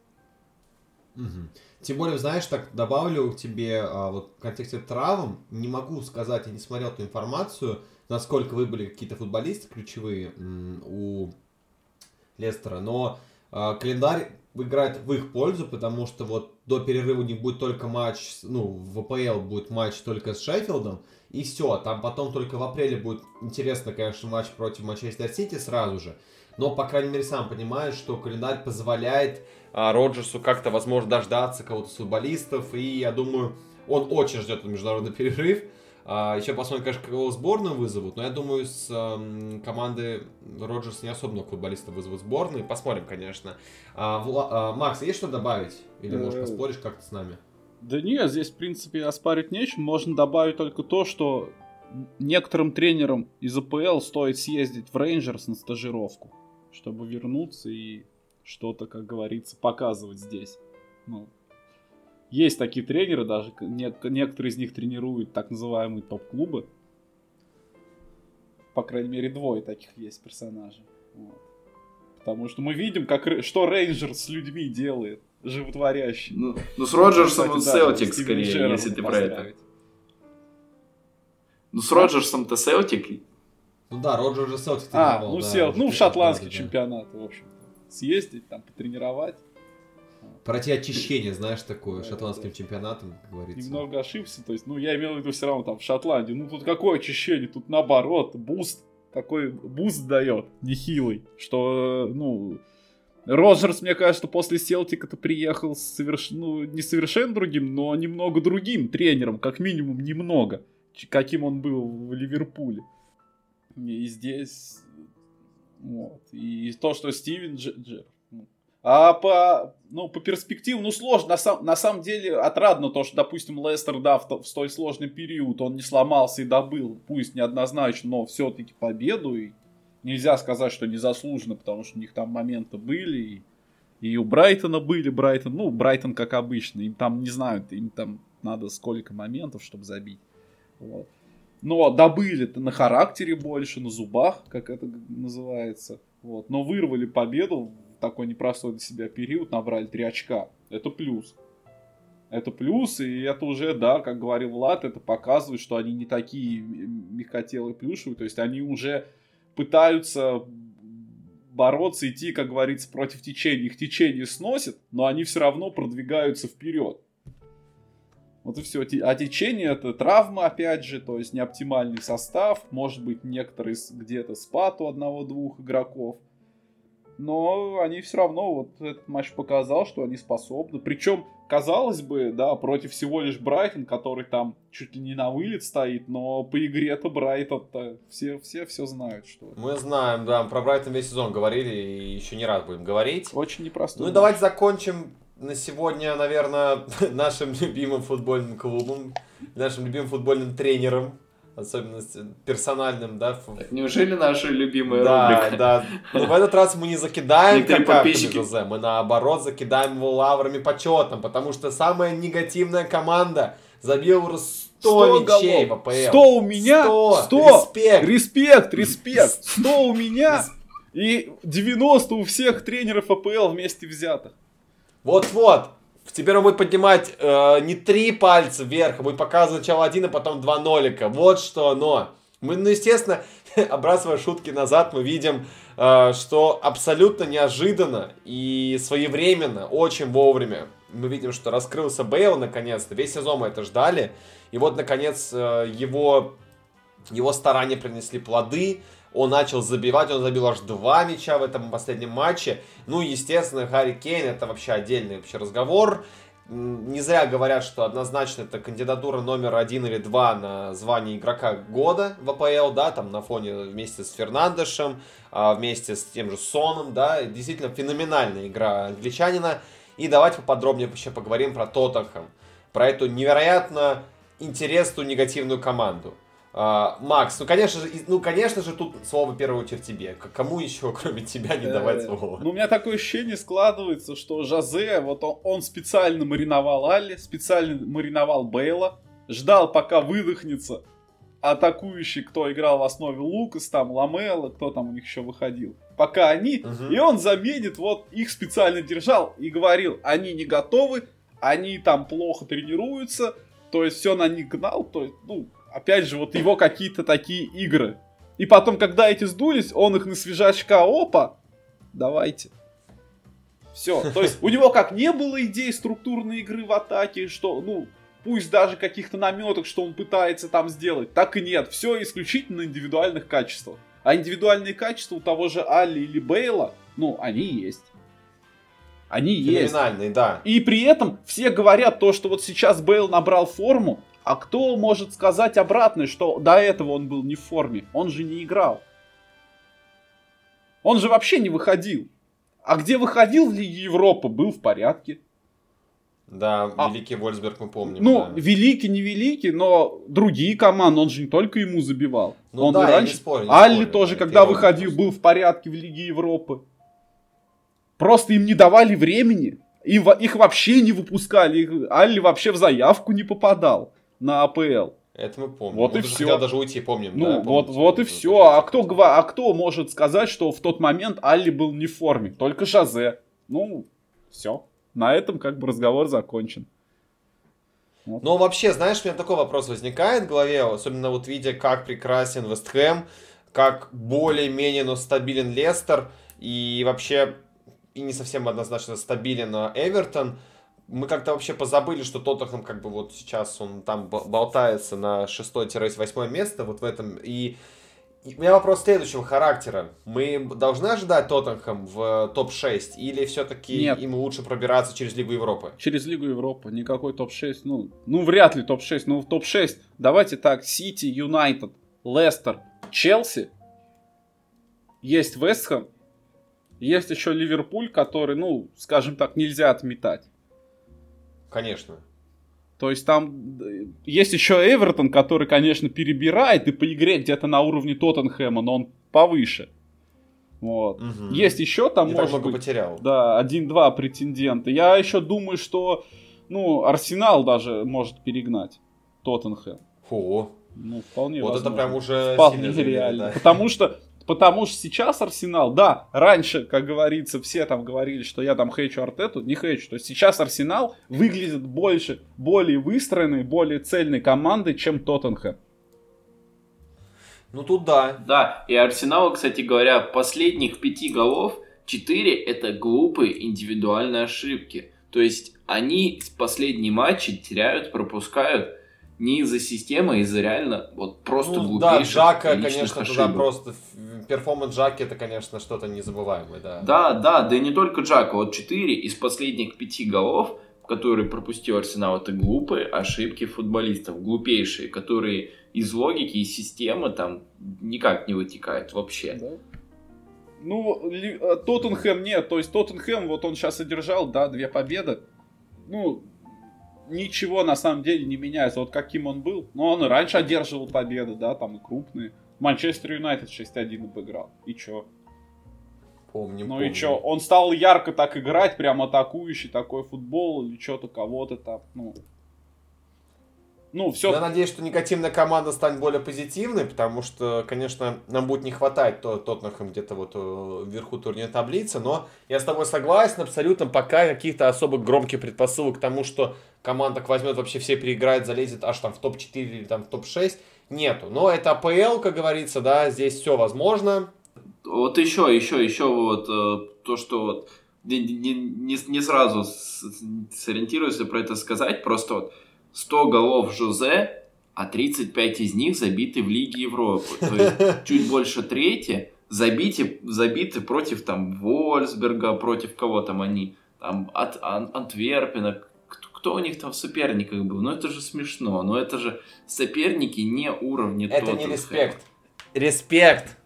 Угу. Тем более, знаешь, так добавлю к тебе вот в контексте травм. Не могу сказать, я не смотрел эту информацию, насколько выбыли какие-то футболисты ключевые у Лестера. Но календарь играет в их пользу, потому что вот до перерыва у них будет только матч, ну, в АПЛ будет матч только с Шеффилдом, и все, там потом только в апреле будет интересно, конечно, матч против Манчестер Сити сразу же, но, по крайней мере, сам понимаешь, что календарь позволяет Роджерсу как-то, возможно, дождаться кого-то с футболистов, и я думаю, он очень ждет этот международный перерыв. Еще посмотрим, конечно, кого сборную вызовут, но я думаю, с команды Роджерса не особо много футболистов вызовут в сборную. Посмотрим, конечно. Макс, есть что добавить? Или, может, поспоришь как-то с нами? Да нет, здесь, в принципе, оспарить нечем. Можно добавить только то, что некоторым тренерам из АПЛ стоит съездить в Рейнджерс на стажировку, чтобы вернуться и что-то, как говорится, показывать здесь. Ну, есть такие тренеры, даже некоторые из них тренируют так называемые топ-клубы. По крайней мере, 2 таких есть персонажей. Вот. Потому что мы видим, что Рейнджерс с людьми делает, животворящий. Ну с Роджерсом и Селтик, скорее, если ты про это. Ну, с Роджерсом-то Селтик. Ну да, Роджер же Селтик тренировал. В шотландский чемпионат, в общем-то. Съездить, там, потренировать. Пройти очищение, знаешь, такое, шотландским чемпионатом, как говорится. Немного ошибся, то есть, я имел в виду все равно там в Шотландии. Ну, тут какое очищение? Тут наоборот, такой буст дает, нехилый. Что, Роджерс, мне кажется, после Селтика-то приехал не совершенно другим, но немного другим тренером, как минимум немного, каким он был в Ливерпуле. И здесь, вот, и то, что Стивен Джеррард. А по перспективе, сложно. На самом деле отрадно то, что, допустим, Лестер, в столь сложный период он не сломался и добыл, пусть неоднозначно, но все-таки победу. И нельзя сказать, что незаслуженно, потому что у них там моменты были. И у Брайтона были. Брайтон как обычно. Им там, не знаю, им там надо сколько моментов, чтобы забить. Вот. Но добыли-то на характере больше, на зубах, как это называется. Вот. Но вырвали победу в такой непростой для себя период, набрали 3 очка. Это плюс. Это плюс, и это уже, да, как говорил Влад, это показывает, что они не такие мягкотелые плюшевые. То есть они уже пытаются бороться, идти, как говорится, против течения. Их течение сносит, но они все равно продвигаются вперед. Вот и все. А течение — это травма, опять же, то есть неоптимальный состав, может быть, некоторые где-то спад у 1-2 игроков. но они все равно, вот этот матч показал, что они способны. Причем, казалось бы, да, против всего лишь Брайтон, который там чуть ли не на вылет стоит, но по игре-то Брайтон-то все знают, что... Мы знаем, да, про Брайтон весь сезон говорили и еще не раз будем говорить. Очень непростой. Ну и давайте закончим на сегодня, наверное, нашим любимым футбольным клубом, нашим любимым футбольным тренером. Особенно персональным, да. Так неужели наша любимая Да, рубрика? да. Но в этот раз мы не закидаем Некоторые какахами подписчики. Жозе, мы наоборот закидаем его лаврами почетом, потому что самая негативная команда забила уже 100 мячей в АПЛ. 100 у меня, 100. Респект. 100 у меня и 90 у всех тренеров АПЛ вместе взятых. Вот-вот. Теперь он будет поднимать не 3 пальца вверх, а будет показывать сначала 1, а потом 2 нолика. Вот что, но... Мы, ну, естественно, отбрасывая шутки назад, мы видим, что абсолютно неожиданно и своевременно, очень вовремя, мы видим, что раскрылся Бейл наконец-то. Весь сезон мы это ждали. И вот, наконец, его старания принесли плоды. Он начал забивать, он забил аж 2 мяча в этом последнем матче. Ну, естественно, Харри Кейн — это вообще отдельный разговор. Не зря говорят, что однозначно это кандидатура номер 1 или 2 на звание игрока года в АПЛ, да, там на фоне вместе с Фернандешем, вместе с тем же Соном, да, действительно феноменальная игра англичанина. И давайте поподробнее еще поговорим про Тоттенхэм, про эту невероятно интересную негативную команду. Макс, ну конечно же тут слово в первую очередь тебе. Кому еще, кроме тебя, не давать слово? Ну, у меня такое ощущение складывается, что Жозе, вот он специально мариновал Алли, специально мариновал Бейла, ждал, пока выдохнется атакующий, кто играл в основе Лукас, там, Ламела, кто там у них еще выходил. Пока они, и он заменит, вот их специально держал и говорил, они не готовы, они там плохо тренируются, то есть все на них гнал, то есть, ну, опять же, вот его какие-то такие игры. И потом, когда эти сдулись, он их на свежачка, опа, давайте. Все. То есть у него как не было идей структурной игры в атаке, что, ну, пусть даже каких-то наметок, что он пытается там сделать, так и нет. Все исключительно на индивидуальных качествах. А индивидуальные качества у того же Алли или Бейла, ну, они есть. Они есть. Феноменальные, да. И при этом все говорят то, что вот сейчас Бейл набрал форму, а кто может сказать обратное, что до этого он был не в форме? Он же не играл. Он же вообще не выходил. А где выходил в Лиге Европы, был в порядке. Да, великий Вольсберг мы помним. Ну, да. великий, не великий, но другие команды, он же не только ему забивал. Ну он да, и раньше... не спорю, Алли спорю, тоже, да, когда выходил, был в порядке в Лиге Европы. Просто им не давали времени. Их вообще не выпускали. Алли вообще в заявку не попадал на АПЛ. Это мы помним. Вот он и даже все. хотел даже уйти, помним. Ну, да, вот и все. А кто может сказать, что в тот момент Алли был не в форме? Только Жозе. Ну, все. На этом как бы разговор закончен. Вот. Но вообще, знаешь, у меня такой вопрос возникает в голове, особенно вот видя, как прекрасен Вест Хэм, как более-менее, но стабилен Лестер, и вообще, и не совсем однозначно стабилен Эвертон. Мы как-то вообще позабыли, что Тоттенхэм как бы вот сейчас он там болтается на 6-8 место вот в этом. И у меня вопрос следующего характера. Мы должны ожидать Тоттенхэм в топ-6 или все-таки им лучше пробираться через Лигу Европы? Через Лигу Европы. Никакой топ-6. Ну, вряд ли топ-6. Ну, в топ-6 давайте так. Сити, Юнайтед, Лестер, Челси. Есть Вест Хэм. Есть еще Ливерпуль, который, ну, скажем так, нельзя отметать. Конечно. То есть там есть еще Эвертон, который, конечно, перебирает и по игре где-то на уровне Тоттенхэма, но он повыше. Вот. Угу. Есть еще там, не может так много быть, потерял. Да, 1-2 претендента. Я еще думаю, что, ну, Арсенал даже может перегнать Тоттенхэм. Фу. Ну, вполне вот возможно. это прям уже вполне реально. Да. Потому что сейчас Арсенал, да, раньше, как говорится, все там говорили, что я там хейчу Артету, не хейчу. То есть сейчас Арсенал выглядит более выстроенной, более цельной командой, чем Тоттенхэм. Ну тут да. Да, и Арсенал, кстати говоря, последних 5 голов 4 это глупые индивидуальные ошибки. То есть они с последней матчи теряют, пропускают не из-за системы, а из-за реально вот просто Ну, да, глупейших Джака, личных конечно, ошибок. туда просто... Перформанс Джаки это, конечно, что-то незабываемое, да. Да, и не только Джака. Вот 4 из последних 5 голов, которые пропустил Арсенал, это глупые ошибки футболистов, глупейшие, которые из логики и системы там никак не вытекают вообще. Да. Ну, Тоттенхэм нет, то есть Тоттенхэм, вот он сейчас одержал, да, 2 победы. Ну, ничего на самом деле не меняется, вот каким он был. Но он и раньше одерживал победы, да, там и крупные. Манчестер Юнайтед 6-1 обыграл. И чё? Помним. Ну и чё? Он стал ярко так играть, прям атакующий такой футбол или что-то кого-то там, ну, все. Я надеюсь, что негативная команда станет более позитивной, потому что, конечно, нам будет не хватать Тоттенхэм где-то вот вверху турнирной таблицы, но я с тобой согласен абсолютно, пока каких-то особо громких предпосылок к тому, что команда возьмет вообще все, переиграет, залезет аж там в топ-4 или там в топ-6, нету. Но это АПЛ, как говорится, да, здесь все возможно. Вот еще вот то, что вот не сразу сориентируешься про это сказать, просто вот 100 голов Жозе, а 35 из них забиты в Лиге Европы. То есть чуть больше трети забиты против там Вольсберга, против кого там они, там от Антверпена. Кто у них там в соперниках был? Ну это же смешно, но это же соперники не уровня Это Тоттенхэма. не респект. Респект.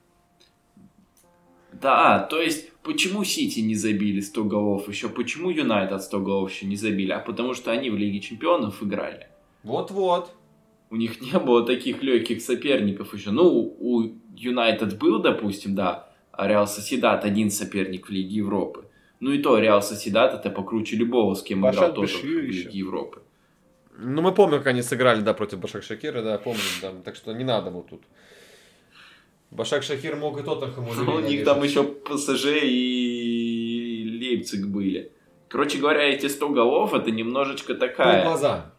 Да, то есть, почему Сити не забили 100 голов еще? Почему Юнайтед 100 голов еще не забили? А потому что они в Лиге Чемпионов играли. Вот-вот. У них не было таких легких соперников еще. Ну, у Юнайтед был, допустим, да, а Реал Сосьедад один соперник в Лиге Европы. Ну и то, Реал Сосьедад это покруче любого, с кем играл Тоттенхэм в Лиге Европы. Ну, мы помним, как они сыграли, да, против Башак-Шахира, да, помним, да, так что не надо вот тут. Башак-Шахир мог и Тоттенхэму. У них там еще ПСЖ и Лейпциг были. Короче говоря, эти 100 голов это немножечко такая... глаза.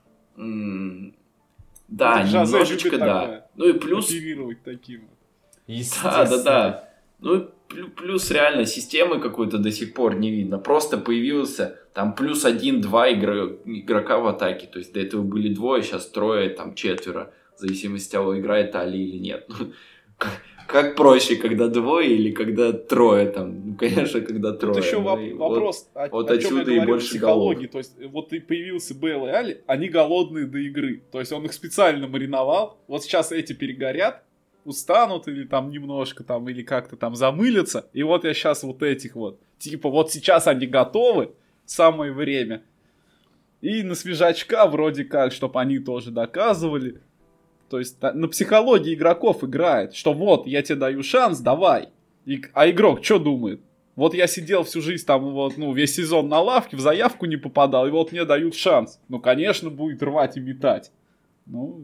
Да, немножечко, да. Такое. Ну и плюс... Мотивировать таким. Да. Ну и плюс реально системы какой-то до сих пор не видно. Просто появился там плюс 1-2 игрока в атаке. То есть до этого были двое, сейчас трое, там 4. В зависимости от того, играет Али или нет. Как проще, когда двое или когда трое там? Ну, конечно, когда трое. Тут еще вопрос, вот о чем я отсюда и говорил, больше психологии. голов. То есть, вот и появился Бейл и Али, они голодные до игры. То есть, он их специально мариновал. Вот сейчас эти перегорят, устанут или там немножко там, или как-то там замылятся. И вот я сейчас вот этих вот, типа, вот сейчас они готовы, самое время. И на свежачка вроде как, чтобы они тоже доказывали. То есть на психологии игроков играет, что вот, я тебе даю шанс, давай. А игрок что думает? Вот я сидел всю жизнь там, вот, ну, весь сезон на лавке, в заявку не попадал, и вот мне дают шанс. Ну, конечно, будет рвать и метать. Ну,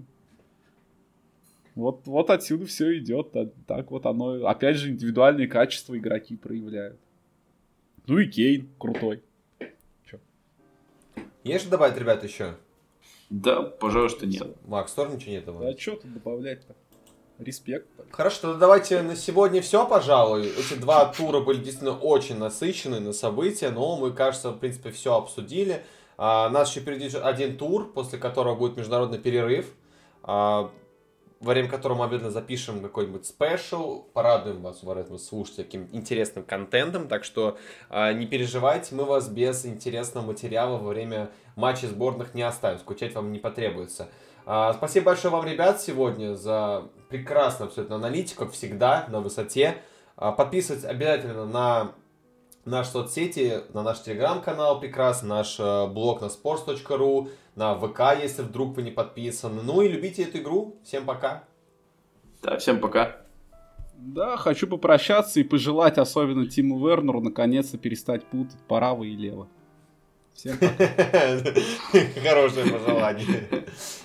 вот отсюда все идет. Так вот оно, опять же, индивидуальные качества игроки проявляют. Ну и Кейн крутой. Чё? Есть что добавить, ребят, еще? Да, пожалуйста, нет. Макс, тоже ничего нет? Да что тут добавлять-то? Респект. Хорошо, тогда давайте на сегодня все, пожалуй. Эти 2 тура были действительно очень насыщенные на события, но мы, кажется, в принципе, все обсудили. Нас еще впереди 1 тур, после которого будет международный перерыв, во время которого мы обязательно запишем какой-нибудь спешл, порадуем вас, уважаемые слушатели, таким интересным контентом, так что не переживайте, мы вас без интересного материала во время матчей сборных не оставим, скучать вам не потребуется. Спасибо большое вам, ребят, сегодня за прекрасную абсолютно аналитику, как всегда, на высоте. Подписывайтесь обязательно на наши соцсети, на наш телеграм-канал прекрасный, наш блог на sports.ru, на ВК, если вдруг вы не подписаны. Ну и любите эту игру. Всем пока. Да, всем пока. Да, хочу попрощаться и пожелать особенно Тиму Вернеру наконец-то перестать путать право и лево. Всем пока. Хорошее пожелание.